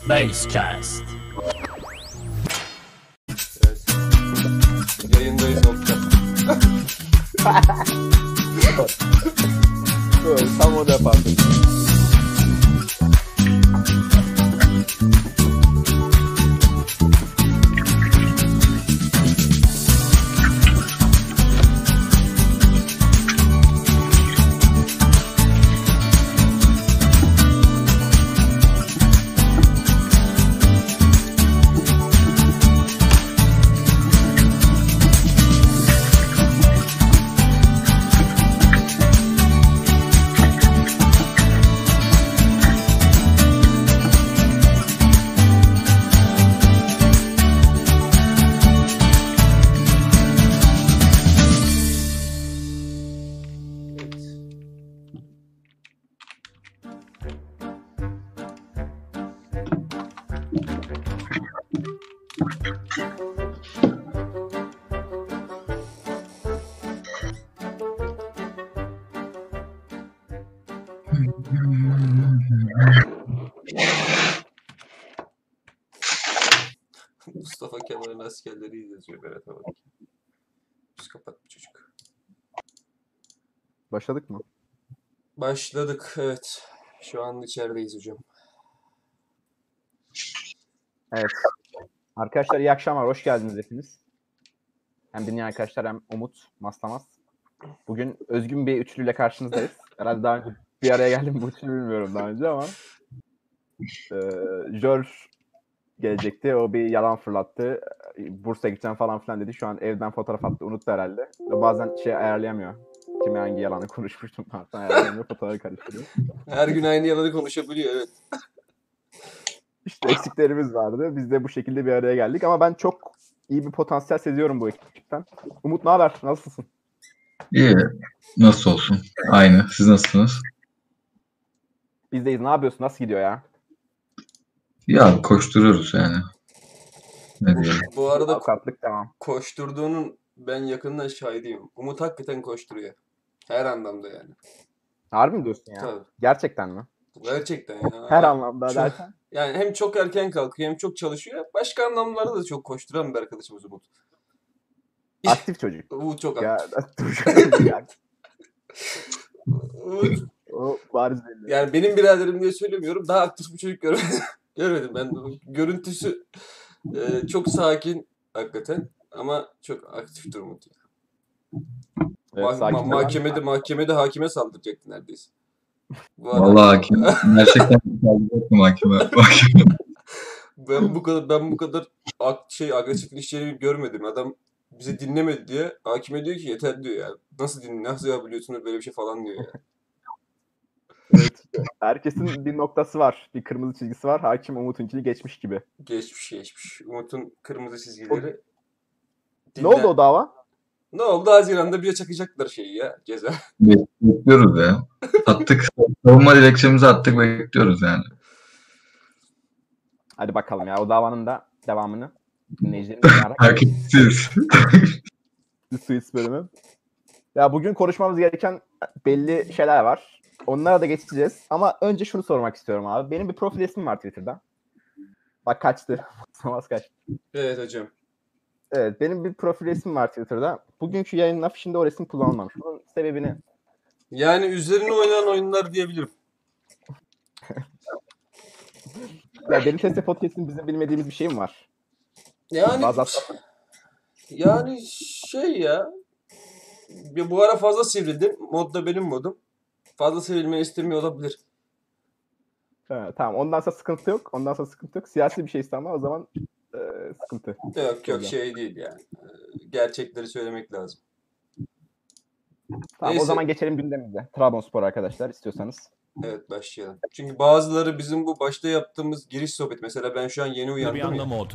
Basecast. Evet. Yayındayız nokta. Evet, tam o defa. Mustafa Kemal'in askerleri yazıyor Berat'a bak. Psikopat bir çocuk. Başladık mı? Başladık, evet. Şu an içerideyiz hocam. Evet. Arkadaşlar iyi akşamlar. Hoş geldiniz hepiniz. Hem dinleyen arkadaşlar hem Umut, Maslamaz. Bugün özgün bir üçlüyle karşınızdayız. Herhalde daha önce bir araya geldim bu üçlü bilmiyorum daha önce ama George gelecekti. O bir yalan fırlattı. Bursa'ya gideceğim falan filan dedi. Şu an evden fotoğraf attı. Unuttu herhalde. O bazen şey ayarlayamıyor. Kime hangi yalanı konuşmuştum falan ayarlayamıyor. Fotoğrafı karıştırıyor. Her gün aynı yalanı konuşabiliyor, evet. İşte eksiklerimiz vardı. Biz de bu şekilde bir araya geldik. Ama ben çok iyi bir potansiyel seziyorum bu ekipten. Umut ne haber? Nasılsın? İyi. Nasıl olsun? Aynı. Siz nasılsınız? Bizdeyiz. Ne yapıyorsun? Nasıl gidiyor ya? Ya koşturuyoruz yani. Ne diyelim? Bu arada Avukatlık devam. koşturduğunun ben yakından şahidiyim. Umut hakikaten koşturuyor. Her anlamda yani. Harbi mi diyorsun ya? Tabii. Gerçekten mi? Gerçekten ya. Her anlamda Çok- derken. Yani hem çok erken kalkıyor hem çok çalışıyor. Başka anlamlarda da çok koşturan bir arkadaşımız Umut. Aktif çocuk. Umut çok Ya, aktif. Umut, o bariz belli. yani benim biraderim diye söylemiyorum. Daha aktif bir çocuk görmedim. Ben görüntüsü çok sakin hakikaten ama çok aktiftir Umut. Evet, sakin Mahkemede hakime saldıracaktı neredeyse. Bu adam- Vallahi hakim. Gerçekten kaldırdım hakime. ben bu kadar agresif ilişkileri görmedim. Adam bizi dinlemedi diye hakime diyor ki yeter diyor ya. Nasıl yapabiliyorsunuz böyle bir şey falan diyor ya. Evet. Herkesin bir noktası var. Bir kırmızı çizgisi var. Hakim Umut'unkini geçmiş gibi. Geçmiş. Umut'un kırmızı çizgileri. Ne oldu o dava? Ne oldu? Haziran'da bize çakacaklar şeyi ya, ceza. Bekliyoruz ya. Attık. Savunma dilekçemizi attık, bekliyoruz yani. Hadi bakalım ya. O davanın da devamını dinleyicilerimiz merak Hareketsiz. Suits bölümü. Ya bugün konuşmamız gereken belli şeyler var. Onlara da geçeceğiz. Ama önce şunu sormak istiyorum abi. Benim bir profil resmim var Twitter'da. Bak kaçtı. Namaz kaçtı. Evet hocam. Evet, benim bir profil resmim var Twitter'da. Bugünkü yayının afişinde o resim kullanılmamış. Bunun sebebini Yani üzerine oynanan oyunlar diyebilirim. ya Deli Teste Podcast'in bizim bilmediğimiz bir şey mi var? Yani şey ya. Bu ara fazla sivrildim. Mod da benim modum. Fazla sivrilmeyi istemiyor olabilir. Tamam. Ondan sonra sıkıntı yok. Siyasi bir şeyse ama o zaman sıkıntı. Yok şey değil yani. Gerçekleri söylemek lazım. Tamam, Neyse. o zaman geçelim gündemimize. Trabzonspor arkadaşlar istiyorsanız. Evet, başlayalım. Çünkü bazıları bizim bu başta yaptığımız giriş sohbet, mesela ben şu an yeni Bir uyandım anda ya, mod.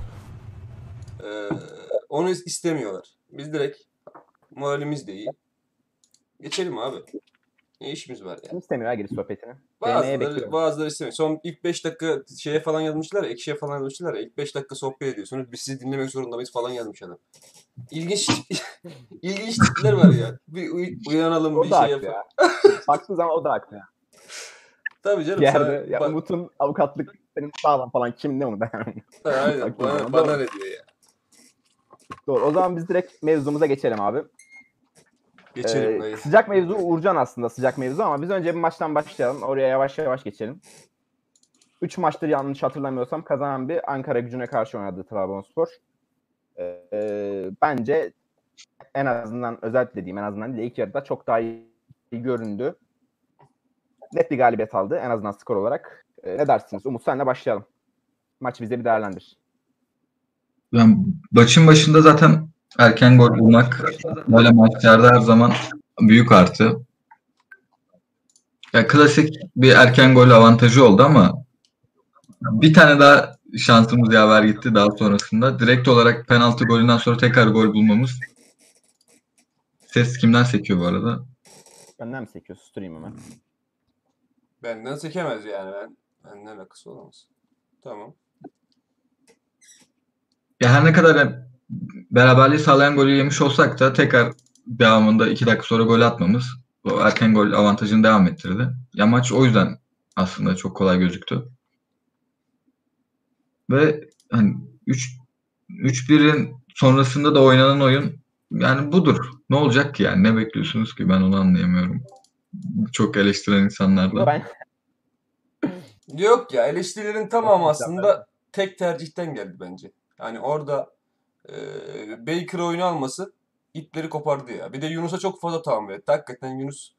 onu istemiyorlar. Biz direkt moralimiz de iyi. Geçelim abi. Ne işimiz var Kim yani. istemiyor ya giriş sohbetini? Deneye bekliyorum. Bazıları istemiyor. Son ilk 5 dakika şeye falan yazmışlar ya, ekşiye falan yazmışlar ya, ilk 5 dakika sohbet ediyorsunuz. Biz sizi dinlemek zorunda mıyız falan yazmış adam. İlginç ilginç tipler var ya. Bir uyanalım, O bir da şey haklı yapalım. ya. Baktığı zaman o da haklı ya. Tabii canım Bir sana yerde ya Umut'un avukatlık senin sağlam falan kim ne onu da. aynen Baktığın zaman bana doğru. ne diyor ya. Doğru. O zaman biz direkt mevzumuza geçelim abi. Geçelim dayı. Sıcak mevzu Uğurcan aslında sıcak mevzu ama biz önce bir maçtan başlayalım. Oraya yavaş yavaş geçelim. 3 maçtır yanlış hatırlamıyorsam kazanan bir Ankara Gücü'ne karşı oynadı Trabzonspor. Bence en azından özellikle dediğim en azından değil, ilk yarıda çok daha iyi göründü. Net bir galibiyet aldı en azından skor olarak. Ne dersiniz? Umut senle başlayalım. Maçı bize bir değerlendir. Yani maçın başında zaten erken gol bulmak böyle maçlarda her zaman büyük artı. Ya klasik bir erken gol avantajı oldu ama bir tane daha şansımız yaver gitti daha sonrasında. Direkt olarak penaltı golünden sonra tekrar gol bulmamız. Ses kimden sekiyor bu arada? Benden mi sekiyorsun? Susturayım hemen. Benden sekemez yani benden alakası olamaz. Tamam. Ya her ne kadar beraberliği sağlayan golü yemiş olsak da tekrar devamında 2 dakika sonra gol atmamız o erken gol avantajını devam ettirdi. Ya maç o yüzden aslında çok kolay gözüktü. Ve hani 3-1'in sonrasında da oynanan oyun yani budur. Ne olacak ki yani? Ne bekliyorsunuz ki? Ben onu anlayamıyorum. Çok eleştiren insanlarla. Ben Yok ya eleştirilerin tamamı aslında tek tercihten geldi bence. Yani orada Baker oyunu alması ipleri kopardı ya. Bir de Yunus'a çok fazla tahammül etti. Hakikaten Yunus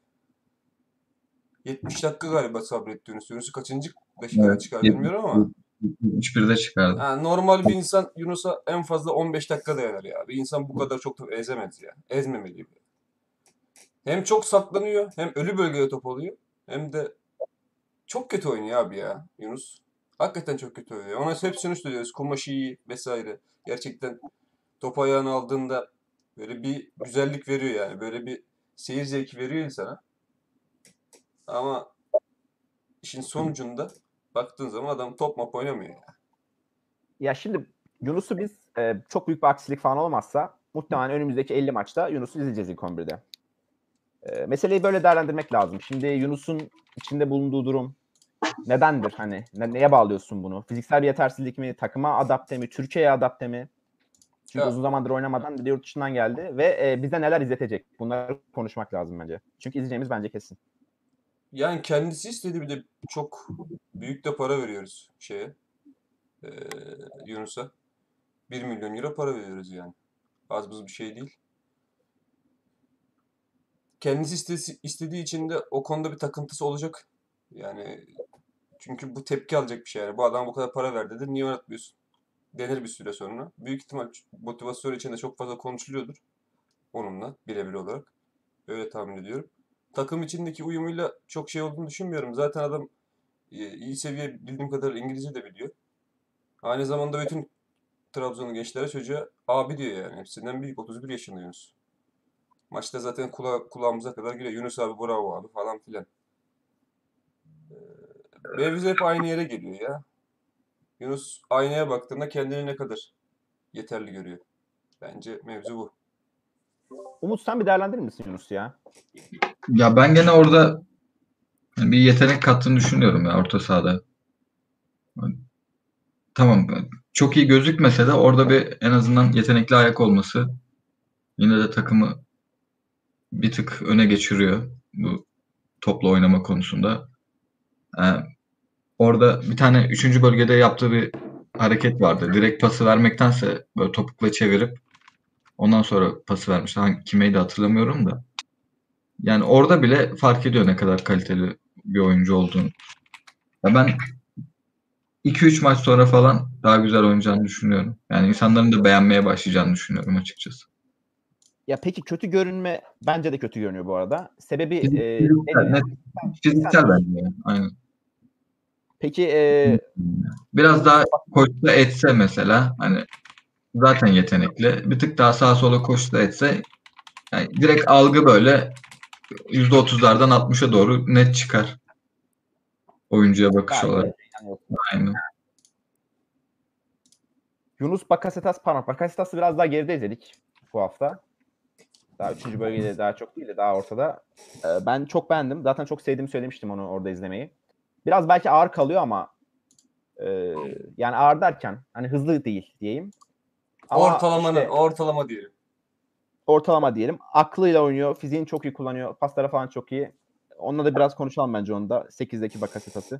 70 dakika galiba sabretti Yunus. Yunus'u kaçıncı dakikada Evet. çıkar bilmiyorum ama. 3-1'de çıkardı. Yani normal bir insan Yunus'a en fazla 15 dakika dayanır ya. Bir insan bu kadar çok da ezemez ya. Ezmemeli. Hem çok saklanıyor, hem ölü bölgede top oluyor. Hem de çok kötü oynuyor abi ya Yunus. Hakikaten çok kötü oynuyor. Ona hepsini söylüyoruz. Kumaşı iyi vesaire. Gerçekten top ayağına aldığında böyle bir güzellik veriyor yani. Böyle bir seyir zevki veriyor insana. Ama işin sonucunda baktığın zaman adam top mop oynamıyor ya. ya şimdi Yunus'u biz çok büyük bir aksilik falan olmazsa muhtemelen önümüzdeki 50 maçta Yunus'u izleyeceğiz ilk 11'de. Meseleyi böyle değerlendirmek lazım. Şimdi Yunus'un içinde bulunduğu durum nedendir? Hani neye bağlıyorsun bunu? Fiziksel bir yetersizlik mi? Takıma adapte mi? Türkiye'ye adapte mi? Çünkü Ya, uzun zamandır oynamadan bir de yurt dışından geldi ve bize neler izletecek? Bunları konuşmak lazım bence. Çünkü izleyeceğimiz bence kesin. yani kendisi istedi bir de çok büyük de para veriyoruz e, Yunus'a. 1 milyon euro para veriyoruz yani. Az buz bir şey değil. Kendisi istediği için de o konuda bir takıntısı olacak. Yani çünkü bu tepki alacak bir şey yani. Bu adam bu kadar para verdi niye oynatmıyorsun? Denir bir süre sonra. Büyük ihtimal motivasyon için de çok fazla konuşuluyordur. Onunla birebir olarak. Öyle tahmin ediyorum. Takım içindeki uyumuyla çok şey olduğunu düşünmüyorum. Zaten adam iyi seviye bildiğim kadar İngilizce de biliyor. Aynı zamanda bütün Trabzonlu gençlere çocuğa abi diyor yani. Hepsinden büyük 31 yaşında Yunus. Maçta zaten kulağımıza kadar geliyor. Yunus abi bravo abi falan filan. Mevzu hep aynı yere geliyor ya. Yunus aynaya baktığında kendini ne kadar yeterli görüyor. Bence mevzu bu. Umut sen bir değerlendirir misin Yunus'u ya? Ya ben gene orada bir yetenek kattığını düşünüyorum ya orta sahada. Tamam. Çok iyi gözükmese de orada bir en azından yetenekli ayak olması yine de takımı bir tık öne geçiriyor bu topla oynama konusunda. Ee, Orada bir tane 3. bölgede yaptığı bir hareket vardı. Direkt pası vermektense böyle topukla çevirip ondan sonra pası vermiş. Kimeydi hatırlamıyorum da. Yani orada bile fark ediyor ne kadar kaliteli bir oyuncu olduğunu. Ya ben 2-3 maç sonra falan daha güzel oynayacağını düşünüyorum. Yani insanların da beğenmeye başlayacağını düşünüyorum açıkçası. Ya peki kötü görünme bence de kötü görünüyor bu arada. Sebebi Fiziksel, net, fiziksel bence yani. Aynen. Peki Biraz daha koşsa etse mesela hani zaten yetenekli. Bir tık daha sağa sola koşsa etse yani direkt algı böyle %30'lardan 60'a doğru net çıkar. Oyuncuya bakış gayet olarak. yani Aynen. Yunus Bakasetas Parmak. Bakasetas'ı biraz daha geride izledik bu hafta. Daha 3. bölgede daha çok değil de daha ortada. Ben çok beğendim. Zaten çok sevdiğimi söylemiştim onu orada izlemeyi. Biraz belki ağır kalıyor ama yani ağır derken hani hızlı değil diyeyim. Ama işte Ortalama diyelim. ortalama diyelim. Aklıyla oynuyor. Fiziğini çok iyi kullanıyor. Pasları falan çok iyi. Onunla da biraz konuşalım bence onu da. 8'deki Bakasetas'ı.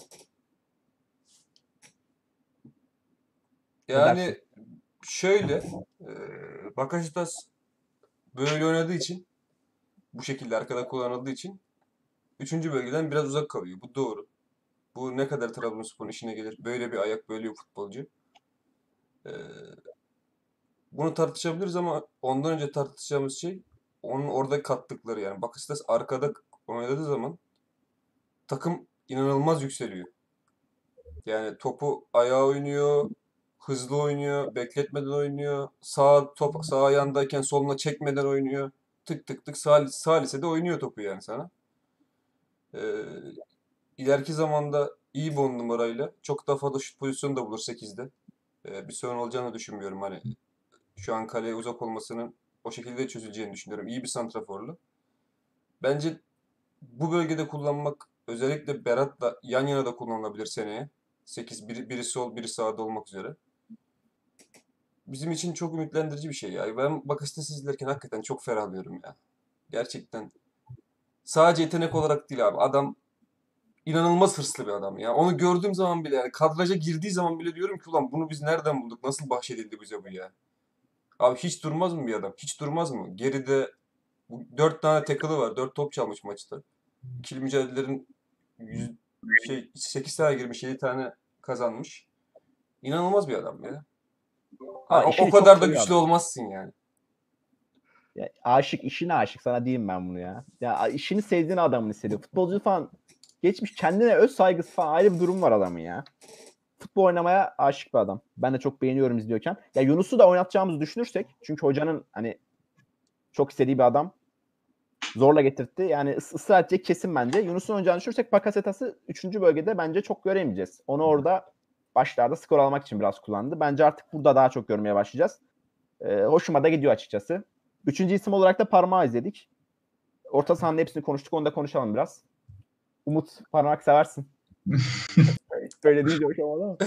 Ne dersin? Yani şöyle Bakasetas böyle oynadığı için bu şekilde arkada kullanıldığı için 3. bölgeden biraz uzak kalıyor. Bu doğru. Bu ne kadar Trabzonspor'un işine gelir. Böyle bir ayak, böyle bir futbolcu. Ee, Bunu tartışabiliriz ama ondan önce tartışacağımız şey onun orada kattıkları yani. Bakasetas arkada oynadığı zaman takım inanılmaz yükseliyor. Yani topu ayağa oynuyor, hızlı oynuyor, bekletmeden oynuyor. Sağ ayağındayken soluna çekmeden oynuyor. Tık tık tık salise de oynuyor topu yani sana. Ee, ileriki zamanda iyi bir 10 numarayla çok daha fazla şut pozisyonu da bulur 8'de. Bir sorun olacağını düşünmüyorum. Hani şu an kaleye uzak olmasının o şekilde çözüleceğini düşünüyorum. İyi bir santraforlu. Bence bu bölgede kullanmak özellikle Berat'la yan yana da kullanılabilir seneye. 8 biri sol biri sağda olmak üzere. Bizim için çok ümitlendirici bir şey ya. Ben Bakasetas'ı izlerken hakikaten çok ferahlıyorum ya. Gerçekten. Sadece yetenek olarak değil abi. Adam inanılmaz hırslı bir adam ya. Onu gördüğüm zaman bile yani kadraja girdiği zaman bile diyorum ki ulan bunu biz nereden bulduk? Nasıl bahşedildi bize bu ya? Abi hiç durmaz mı bir adam? Hiç durmaz mı? Geride 4 tane tackle'ı var. 4 top çalmış maçta. İkili mücadelelerin 8 tane girmiş, 7 tane kazanmış. İnanılmaz bir adam ya. Ha, Ha, o işini çok kadar da seviyor güçlü adam. olmazsın yani. Ya, aşık, işine aşık. Sana diyeyim ben bunu ya. Ya işini sevdiğin adamın hissediyor. Futbolcu falan geçmiş kendine öz saygısı falan ayrı bir durum var adamın ya. Futbol oynamaya aşık bir adam. Ben de çok beğeniyorum izliyorken. Ya Yunus'u da oynatacağımızı düşünürsek çünkü hocanın hani çok istediği bir adam zorla getirtti. Yani ısrar edecek kesin bence. Yunus'un oynayacağını düşünürsek Bakasetas'ı 3. bölgede bence çok göremeyeceğiz. Onu orada başlarda skor almak için biraz kullandı. Bence artık burada daha çok görmeye başlayacağız. Hoşuma da gidiyor açıkçası. 3. isim olarak da Parmağı izledik. Orta sahanın hepsini konuştuk. Onu da konuşalım biraz. Umut, Parmak seversin. Böyle deyince hoş olmadı ama.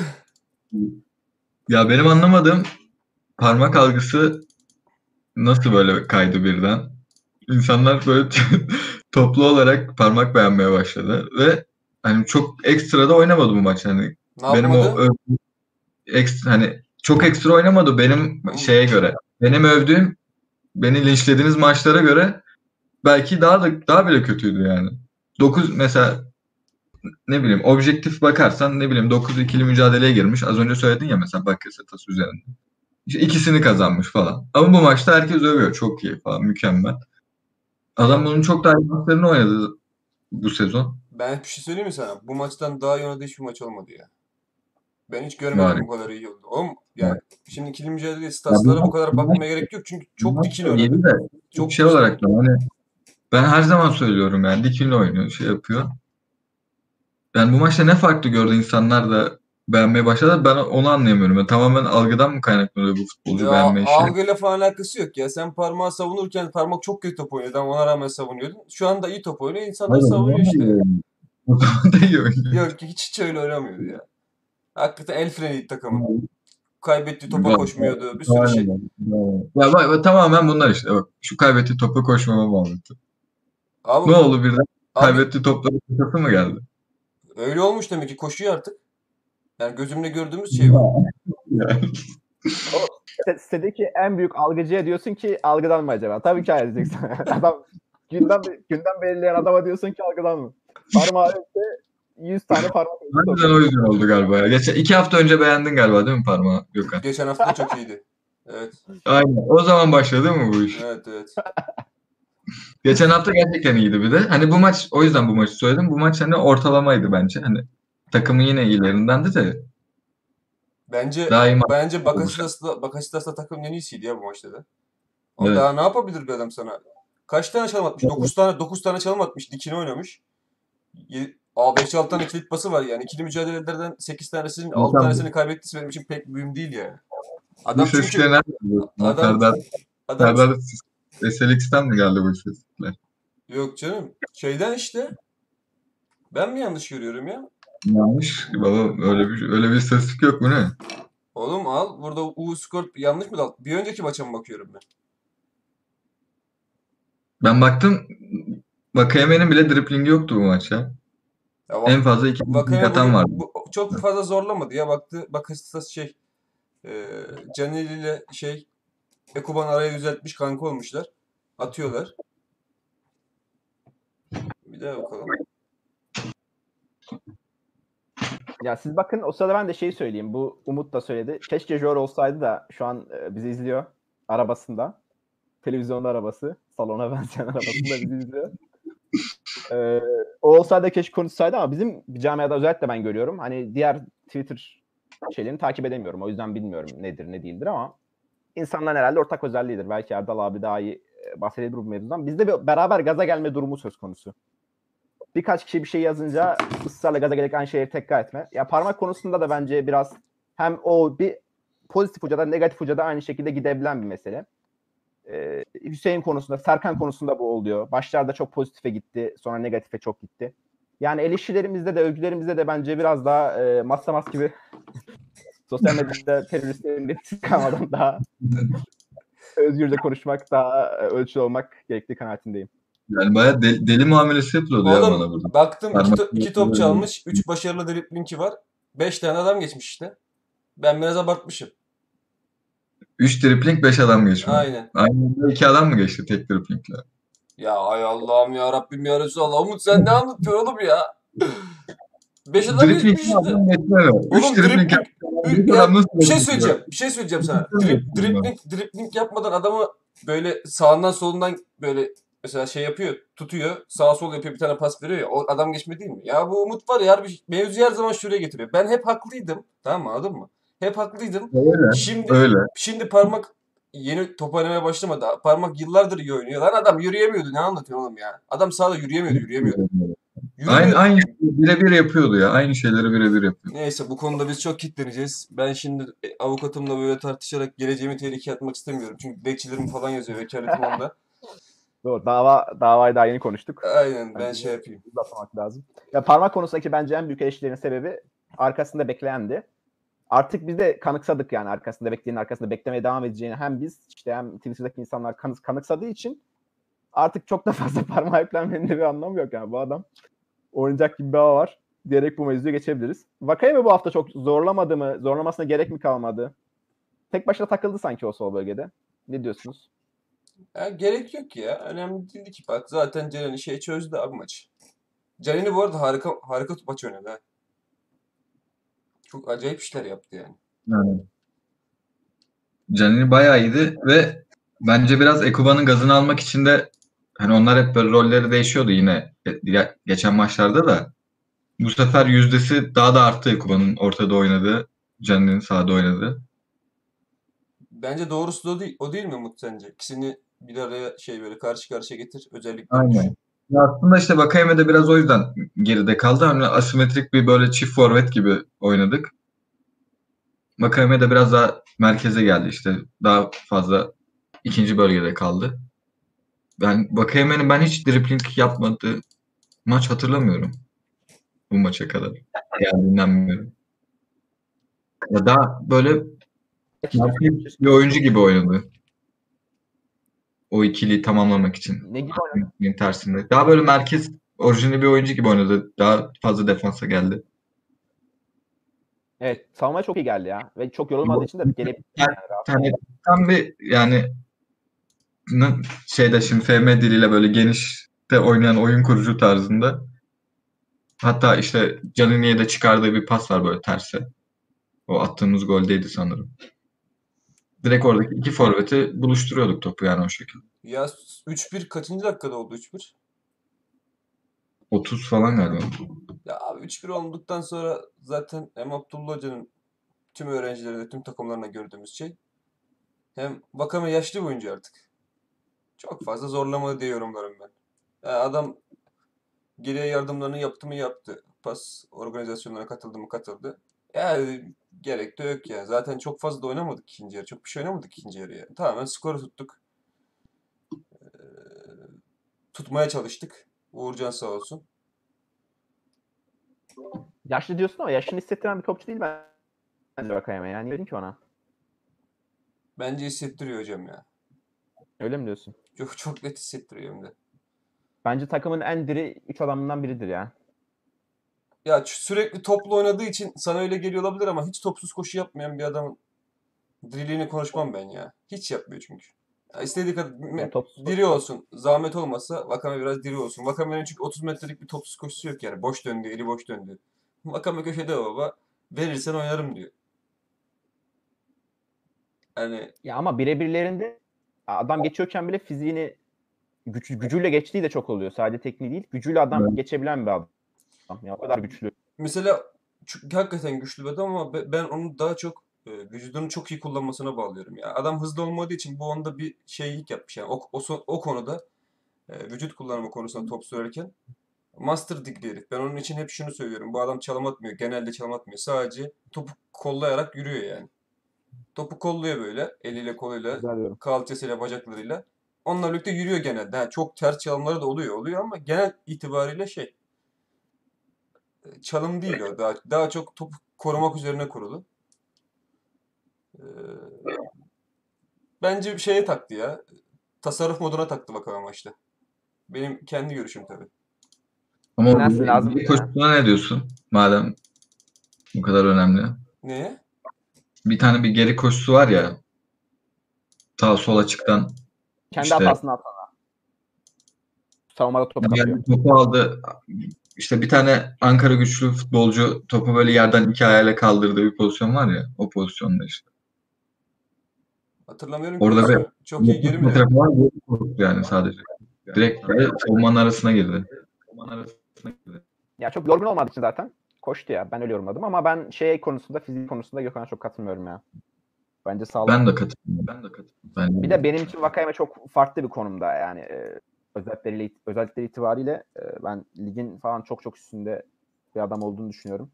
Ya benim anlamadığım parmak algısı nasıl böyle kaydı birden? İnsanlar böyle toplu olarak parmak beğenmeye başladı ve hani çok ekstra da oynamadı bu maç. Hani Ne benim o yapmadı? hani çok ekstra oynamadı benim Oğlum, şeye göre. Benim övdüğüm, beni linçlediğiniz maçlara göre belki daha bile kötüydü yani. 9 mesela, ne bileyim, objektif bakarsan, ne bileyim, 9 ikili mücadeleye girmiş. Az önce söyledin ya mesela Bakasetas üzerinde. İşte ikisini kazanmış falan. Ama bu maçta herkes övüyor. Çok iyi falan, mükemmel. Adam ya bunun çok daha iyi maçlarını oynadı bu sezon. ben bir şey söyleyeyim mi sana? Bu maçtan daha iyi oynadığı hiçbir maç olmadı ya. Ben hiç görmedim Var. bu kadar iyi oldu. Oğlum Var. yani şimdi ikili mücadele Ya bu statslara bu maç, kadar bu maç, bakmaya gerek yok çünkü bu çok maç dikili da oynadı. iyiydi de Çok şey dikili. olarak da hani ben her zaman söylüyorum yani dikili oynuyor, şey yapıyor. Yani bu maçta ne farklı gördü insanlar da beğenmeye başladı, ben onu anlayamıyorum. Yani tamamen algıdan mı kaynaklanıyor bu futbolcu Ya beğenme işi? algıyla falan alakası yok ya. Sen parmağı savunurken parmak çok kötü top oynadı ama ona rağmen savunuyordun. Şu anda iyi top oynuyor. İnsanlar Hayır, o savunuyor zaman da iyi işte. oynuyor. O zaman da iyi oynuyor. Yok ki hiç öyle oynamıyordu ya. Hakikaten el freniydi takımın. Kaybettiği topa Bak, koşmuyordu. Bir sürü şey. aynen. Ya bak, tamamen bunlar işte. Bak, şu kaybetti topu koşmama muhabbeti. Abi, Ne oldu birden? abi Kaybetti topları koşası mı geldi? öyle olmuş demek ki koşuyor artık. Yani gözümle gördüğümüz şey bu. Yani, O sitedeki en büyük algıcıya diyorsun ki algıdan mı acaba? Tabii ki hayır diyeceksin. Adam günden belirleyen adama diyorsun ki algıdan mı? Parmağı öpse 100 tane parmak öptü harbiden topu. o yüzden oldu galiba ya. Geçen 2 hafta önce beğendin galiba değil mi parmağı Gökhan? Geçen hafta da çok iyiydi. Evet. Aynen. O zaman başladı değil mi bu iş? Evet, evet. Geçen hafta gerçekten iyiydi bir de. Hani bu maç, o yüzden bu maçı söyledim. Bu maç hani ortalamaydı bence. Hani takımın yine iyilerindendi de Bence daha iyi maç bence olmuş. Bakasitas'la takımın en iyisiydi ya bu maçta da. Ama Evet. daha ne yapabilir bir adam sana? Kaç tane çalım atmış? 9 tane çalım atmış. Dikine oynamış. 5-6 tane kilit pası var yani. İkili mücadelelerden 8 tanesinin 6 Bakalım, tanesini kaybettiyse benim için pek mühim değil yani. bu Adam sesleri çünkü nereden buluyorsun? adam adam Serdar SLX'ten mi geldi bu sesler? yok canım. Şeyden işte. Ben mi yanlış görüyorum ya? Yanlış baba, öyle bir istatistik yok mu ne? Oğlum al. Burada skor yanlış mı dal? Bir önceki maça mı bakıyorum ben? Ben baktım, Vakayeme'nin bile driblingi yoktu bu maçta. Ya En fazla iki dribling Vakame atan bugün vardı. çok fazla zorlamadı ya. Bakasıtas Caneli ile Ekuban araya düzeltmiş kanka olmuşlar. Atıyorlar. Bir daha bakalım. Ya siz bakın, o sırada ben de şey söyleyeyim. Bu Umut da söyledi. Keşke Jor olsaydı da şu an bizi izliyor arabasında. Televizyonda arabası. Salona benzeyen arabasında bizi izliyor. O olsaydı keşke konuşsaydı ama bizim camiada özellikle ben görüyorum. Hani diğer Twitter şeylerini takip edemiyorum. O yüzden bilmiyorum nedir ne değildir ama insanların herhalde ortak özelliğidir. Belki Erdal abi daha iyi bahsedebilir bu mevzudan. Bizde bir beraber gaza gelme durumu söz konusu. Birkaç kişi bir şey yazınca ısrarla gaza gelerek aynı şeyleri tekrar etme. Ya parmak konusunda da bence biraz hem o bir pozitif uca da negatif uca da aynı şekilde gidebilen bir mesele. Hüseyin konusunda, Serkan konusunda bu oluyor. Başlarda çok pozitife gitti, sonra negatife çok gitti. Yani eleştirilerimizde de, övgülerimizde de bence biraz daha Maslamas gibi sosyal medyada teröristlerin etkisi kalmadan daha özgürce konuşmak, daha ölçülü olmak gerektiği kanaatindeyim. Yani bayağı deli muamelesi yapılıyordu ya bana Oğlum burada. baktım Parmak iki top böyle. çalmış. 3 başarılı driblinki var. 5 tane adam geçmiş işte. Ben biraz abartmışım. 3 dribling 5 adam geçme. Aynen. Aynı anda 2 adam mı geçti tek driblingle? Ya ay Allah'ım ya Rabbim ya Resulallah. Umut sen ne anlatıyorsun oğlum ya? 5 adam Dribling geçmiş işte. 2 adam geçme. 3 Oğlum dribling dribling yaptı. 5 ya adam nasıl bir şey geçiyor? söyleyeceğim. Bir şey söyleyeceğim sana. Nasıl geçiyor? Dribling yapmadan adamı böyle sağından solundan böyle mesela şey yapıyor, tutuyor, sağa sol yapıyor, bir tane pas veriyor ya. O adam geçme değil mi? Ya bu Umut var ya harbi mevzuyu her zaman şuraya getiriyor. Ben hep haklıydım. Tamam mı? Anladın mı? Hep haklıydım. Öyle. Şimdi Öyle. şimdi parmak yeni top oynamaya başlamadı. Parmak yıllardır iyi oynuyor. Lan adam yürüyemiyordu. Ne anlatıyorsun oğlum ya? Adam sahada yürüyemiyordu. Yürümüyor. Aynı birebir yapıyordu ya. Aynı şeyleri birebir yapıyordu. Neyse bu konuda biz çok kitleneceğiz. Ben şimdi avukatımla böyle tartışarak geleceğimi tehlikeye atmak istemiyorum. Çünkü bekçilerim falan yazıyor vekaletim onda. Doğru. Davayı daha yeni konuştuk. Aynen ben Yani şey yapayım. uzatmamak lazım. Ya parmak konusundaki bence en büyük eleştirilerin sebebi arkasında bekleyendi. Artık biz de kanıksadık yani arkasında bekleyenin arkasında beklemeye devam edeceğini hem biz işte hem Twitter'daki insanlar kanıksadığı için artık çok da fazla parmağı yüklenmenin de bir anlamı yok yani. Bu adam oynayacak gibi bir hava var diyerek bu mevzuya geçebiliriz. Vakayeme bu hafta çok zorlamadı mı? Zorlamasına gerek mi kalmadı? Tek başına takıldı sanki o sol bölgede. Ne diyorsunuz? Ya, gerek yok ya. Önemli değildi ki. Bak zaten Ceren'i çözdü abi maçı. Ceren'i bu arada harika maç oynadı ha. Çok acayip işler yaptı yani. Yani Canini bayağı iyiydi ve bence biraz Ekuba'nın gazını almak için de hani onlar hep böyle rolleri değişiyordu yine geçen maçlarda da. Bu sefer yüzdesi daha da arttı Ekuba'nın ortada oynadığı, Canini'nin sahada oynadığı. Bence doğrusu da o değil mi Umut sence? İkisini bir araya böyle karşı karşıya getir. Özelliklerini Aynen. düşün. Ya aslında işte Vakayeme de biraz o yüzden geride kaldı. Hani asimetrik bir böyle çift forvet gibi oynadık. Vakayeme de biraz daha merkeze geldi işte. Daha fazla ikinci bölgede kaldı. Vakayeme'nin ben hiç dribling yapmadığı maç hatırlamıyorum bu maça kadar. Geldiğinden beri. Ya daha böyle merkez bir oyuncu gibi oynadı. O ikiliyi tamamlamak için. Ne gibi oynadı? Tersinde. Daha böyle merkez orijinal bir oyuncu gibi oynadı. Daha fazla defansa geldi. Evet, savunmaya çok iyi geldi ya. Ve çok yorulmadığı için de gelip yani rahat. Yani tam bir yani şeyde şimdi FM diliyle böyle genişte oynayan oyun kurucu tarzında. Hatta işte Canini'ye de çıkardığı bir pas var böyle terse. O attığımız goldeydi sanırım. Direkt oradaki iki forveti buluşturuyorduk topu yani o şekilde. Ya 3-1 kaçıncı dakikada oldu 3-1? 30 falan galiba. Ya abi 3-1 olduktan sonra zaten hem Abdullah Hoca'nın tüm öğrencilerinde, tüm takımlarına gördüğümüz şey. Hem Vakame yaşlı bir oyuncu artık. Çok fazla zorlamadı diye yorumlarım ben. Ya adam geriye yardımlarını yaptı mı yaptı. Pas organizasyonlarına katıldı mı katıldı. Yani gerek de yok ya. Zaten çok fazla da oynamadık ikinci yarı. Çok bir şey oynamadık ikinci yarı yani. Tamamen skoru tuttuk. Tutmaya çalıştık. Uğurcan sağ olsun. Yaşlı diyorsun ama yaşını hissettiren bir topçu değil bence Vakayeme. Yani dedim ki ona. Bence hissettiriyor hocam ya. Öyle mi diyorsun? Çok çok net hissettiriyor hem de. Bence takımın en diri 3 adamından biridir ya. Ya sürekli toplu oynadığı için sana öyle geliyor olabilir ama hiç topsuz koşu yapmayan bir adamın drillini konuşmam ben ya. Hiç yapmıyor çünkü. Ya istediği kadar Ya topsuz diri koşu. olsun. Zahmet olmasa Vakame biraz diri olsun. Vakame'nin çünkü 30 metrelik bir topsuz koşusu yok yani. Boş döndü, eli boş döndü. Vakame köşede baba. Verirsen oynarım diyor. Hani Ya ama birebirlerinde adam geçiyorken bile fiziğini gücüyle geçtiği de çok oluyor. Sadece tekniği değil. Gücüyle adam geçebilen bir adam. Ya o kadar güçlü. mesela hakikaten güçlü bir adam ama ben onu daha çok vücudunu çok iyi kullanmasına bağlıyorum ya. Adam hızlı olmadığı için bu onda bir şeylik yapmış yani. O konuda vücut kullanımı konusunda top sürerken Master Digli herif. Ben onun için hep şunu söylüyorum. Bu adam çalım atmıyor. Genelde çalım atmıyor. Sadece topu kollayarak yürüyor yani. Topu kolluyor böyle. Eliyle, koluyla, Güzel diyorum. kalçasıyla, bacaklarıyla. Onunla birlikte yürüyor genelde. Ha, çok ters çalımları da oluyor ama genel itibariyle çalım değil o. Daha çok topu korumak üzerine kurulu. Ee, bence bir şeye taktı ya. Tasarruf moduna taktı bakalım maçta. Benim kendi görüşüm tabii. Ama o Dinlensin lazım geri ya. koşusuna ne diyorsun? Madem bu kadar önemli. Neye? Bir tane bir geri koşusu var ya. Sağ sol açıktan Kendi işte hatasını atan. Savunmada top bir kapıyor. yerde topu aldı. İşte bir tane Ankara güçlü futbolcu topu böyle yerden iki ayağıyla kaldırdığı bir pozisyon var ya. O pozisyonda işte. Hatırlamıyorum ki Orada bir pozisyonu. Çok iyi 60 geri mi metre döndü? falan geri koştu yani sadece. Direkt böyle savunmanın arasına girdi. Ya çok yorgun olmadığı için zaten koştu ya. Ben öyle yorumladım ama ben şey konusunda, fizik konusunda Gökhan'a çok katılmıyorum ya. Bence sağlam. Ben de katılıyorum. Bir de benim için Vakayeme çok farklı bir konumda yani özellikleri itibariyle ben ligin falan çok çok üstünde bir adam olduğunu düşünüyorum.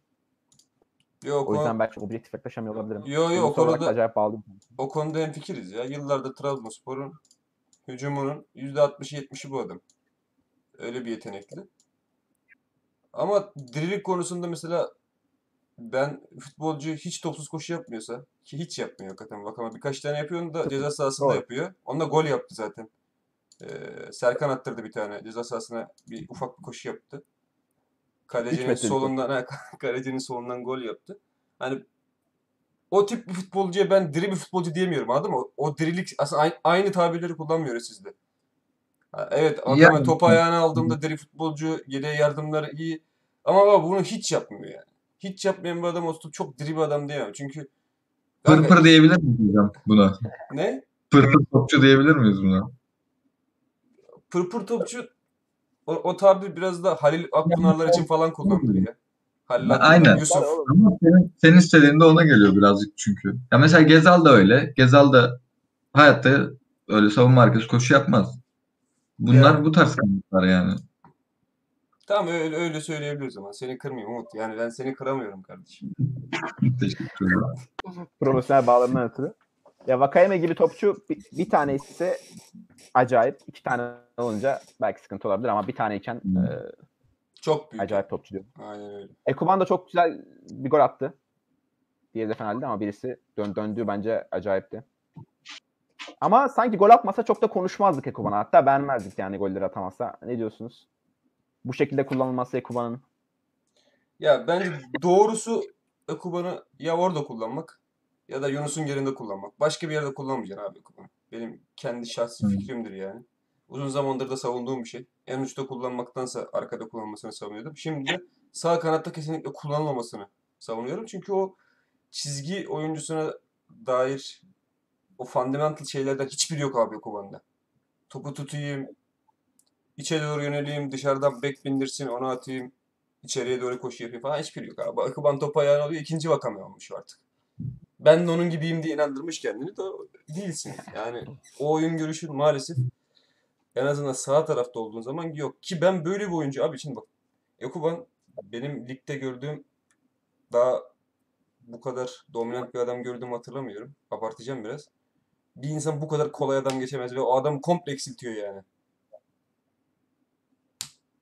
Yok O yüzden o belki objektif yaklaşamıyor olabilirim. yo yo o Duygusal olarak da konuda acayip bağlıyım. o konuda hemfikiriz ya. Yıllardır Trabzonspor'un hücumunun %60'ı 70'i bu adam. Öyle bir yetenekli. Ama dirilik konusunda mesela ben futbolcu hiç topsuz koşu yapmıyorsa ki hiç yapmıyor hakikaten bak ama birkaç tane yapıyor onu da Sıfır. ceza sahasında Doğru. yapıyor. Onda gol yaptı zaten. Serkan attırdı bir tane. Ceza sahasına bir ufak bir koşu yaptı. 3 Kalecinin metrelik o. solundan kalecinin solundan gol yaptı. Hani o tip bir futbolcuya ben diri bir futbolcu diyemiyorum anladın mı? O dirilik aslında aynı tabirleri kullanmıyoruz sizde. Ha, evet Vakame Yani topu ayağına aldığında diri futbolcu, yedeğe yardımları iyi. Ama baba bunu hiç yapmıyor yani. Hiç yapmayan bir adam olsa çok diri bir adam diyemem. Çünkü kanka pırpır diyebilir miyiz hocam buna? ne? Pırpır topçu diyebilir miyiz buna? Pırpır topçu o tabir biraz da Halil Akpınarlar için falan kullanılır ya. Halil Akpınar, Aynen. Var Yusuf. oğlum. Ama senin istediğin de ona geliyor birazcık çünkü. Ya mesela Gezal da öyle. Gezal da hayatta öyle savunma arkası koşu yapmaz. Ya Bunlar bu tarz kanatlar yani. tamam öyle söyleyebiliriz ama seni kırmayayım Umut. Yani ben seni kıramıyorum kardeşim. Teşekkür ederim. Profesyonel bağlarından ötürü. Ya Vakayeme gibi topçu bir tane ise acayip. 2 tane olunca belki sıkıntı olabilir ama bir taneyken Çok büyük. acayip topçu diyorum. Aynen öyle. Ekuban da çok güzel bir gol attı. Diğeri de fena değildi ama birisi döndüğü bence acayipti. Ama sanki gol atmasa çok da konuşmazdık Ekuban'a. Hatta beğenmezdik yani golleri atamazsa. Ne diyorsunuz? Bu şekilde kullanılması Ekuban'ın. Ya bence doğrusu Ekuban'ı ya orada kullanmak ya da Yunus'un yerinde kullanmak. Başka bir yerde kullanmayacaksın abi Ekuban'ı. Benim kendi şahsi fikrimdir yani. Uzun zamandır da savunduğum bir şey. En uçta kullanmaktansa arkada kullanmasını savunuyordum. Şimdi de sağ kanatta kesinlikle kullanılmamasını savunuyorum. Çünkü o çizgi oyuncusuna dair o fundamental şeylerden hiçbiri yok abi Ekuban'da. Topu tutayım, içe doğru yöneleyim, dışarıdan bek bindirsin, onu atayım, içeriye doğru koşu yapayım falan hiçbir yok abi. Akıban topu ayağına alıyor, ikinci Vakame olmuş artık. Ben de onun gibiyim diye inandırmış kendini de değilsin. Yani o oyun görüşün maalesef en azından sağ tarafta olduğun zaman yok. Ki ben böyle bir oyuncu abi şimdi bak. Ekuban benim ligde gördüğüm daha bu kadar dominant bir adam gördüğümü hatırlamıyorum. Abartacağım biraz. Bir insan bu kadar kolay adam geçemez ve o adam komple eksiltiyor yani.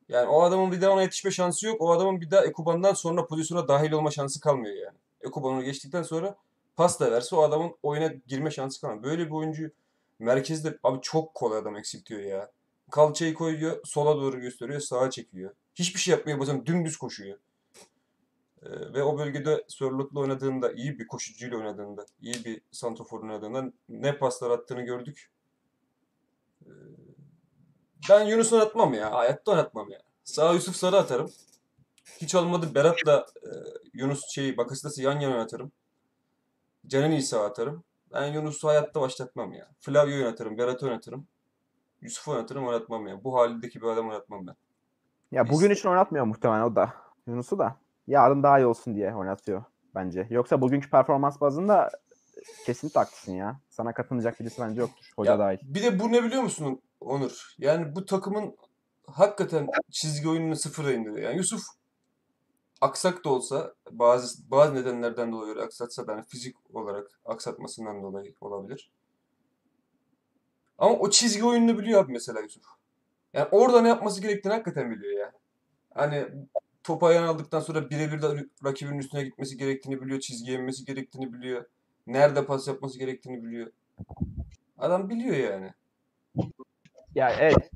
Yani o adamın bir daha ona yetişme şansı yok. O adamın bir daha Ekuban'dan sonra pozisyona dahil olma şansı kalmıyor yani. Ekuban onu geçtikten sonra pas da verse o adamın oyuna girme şansı kalmıyor. Böyle bir oyuncu merkezde abi çok kolay adam eksiltiyor ya. Kalçayı koyuyor, sola doğru gösteriyor, sağa çekiyor. Hiçbir şey yapmıyor bazen dümdüz koşuyor. Ve o bölgede Sörlot'la oynadığında, iyi bir koşucuyla oynadığında, iyi bir santrafor oynadığında ne paslar attığını gördük. Ee, Ben Yunus'u oynatmam ya. Hayatta oynatmam ya. Sağa Yusuf Sarı atarım. Hiç olmadı Berat'la Yunus Bakasetas'ı yan yana oynatırım. Canini'yi sağa atarım. Ben Yunus'u hayatta başlatmam ya. Flavio'yu oynatırım, Berat'ı oynatırım. Yusuf'u oynatırım, oynatmam ya. Bu halindeki bir adam oynatmam ben. Ya bugün için oynatmıyor muhtemelen o da. Yunus'u da. Yarın daha iyi olsun diye oynatıyor bence. Yoksa bugünkü performans bazında kesinlikle haklısın ya. Sana katılacak birisi bence yoktur. Hoca Ya dahil. bir de bu ne biliyor musun Onur? Yani bu takımın hakikaten çizgi oyununu sıfıra indiriyor. Yani Yusuf aksak da olsa bazı nedenlerden dolayı aksatsa da yani fizik olarak aksatmasından dolayı olabilir. Ama o çizgi oyununu biliyor abi mesela Yusuf. Yani orada ne yapması gerektiğini hakikaten biliyor ya. Hani topu ayağına aldıktan sonra birebir de rakibinin üstüne gitmesi gerektiğini biliyor. Çizgiye inmesi gerektiğini biliyor. Nerede pas yapması gerektiğini biliyor. Adam biliyor yani. Ya evet.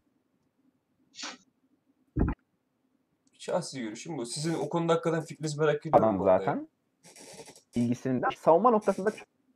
Şahsi görüşüm bu. Sizin o konuda hakikaten fikrinizi merak ediyorum Adam bu arada ya. zaten. İlgisinden. Savunma noktasında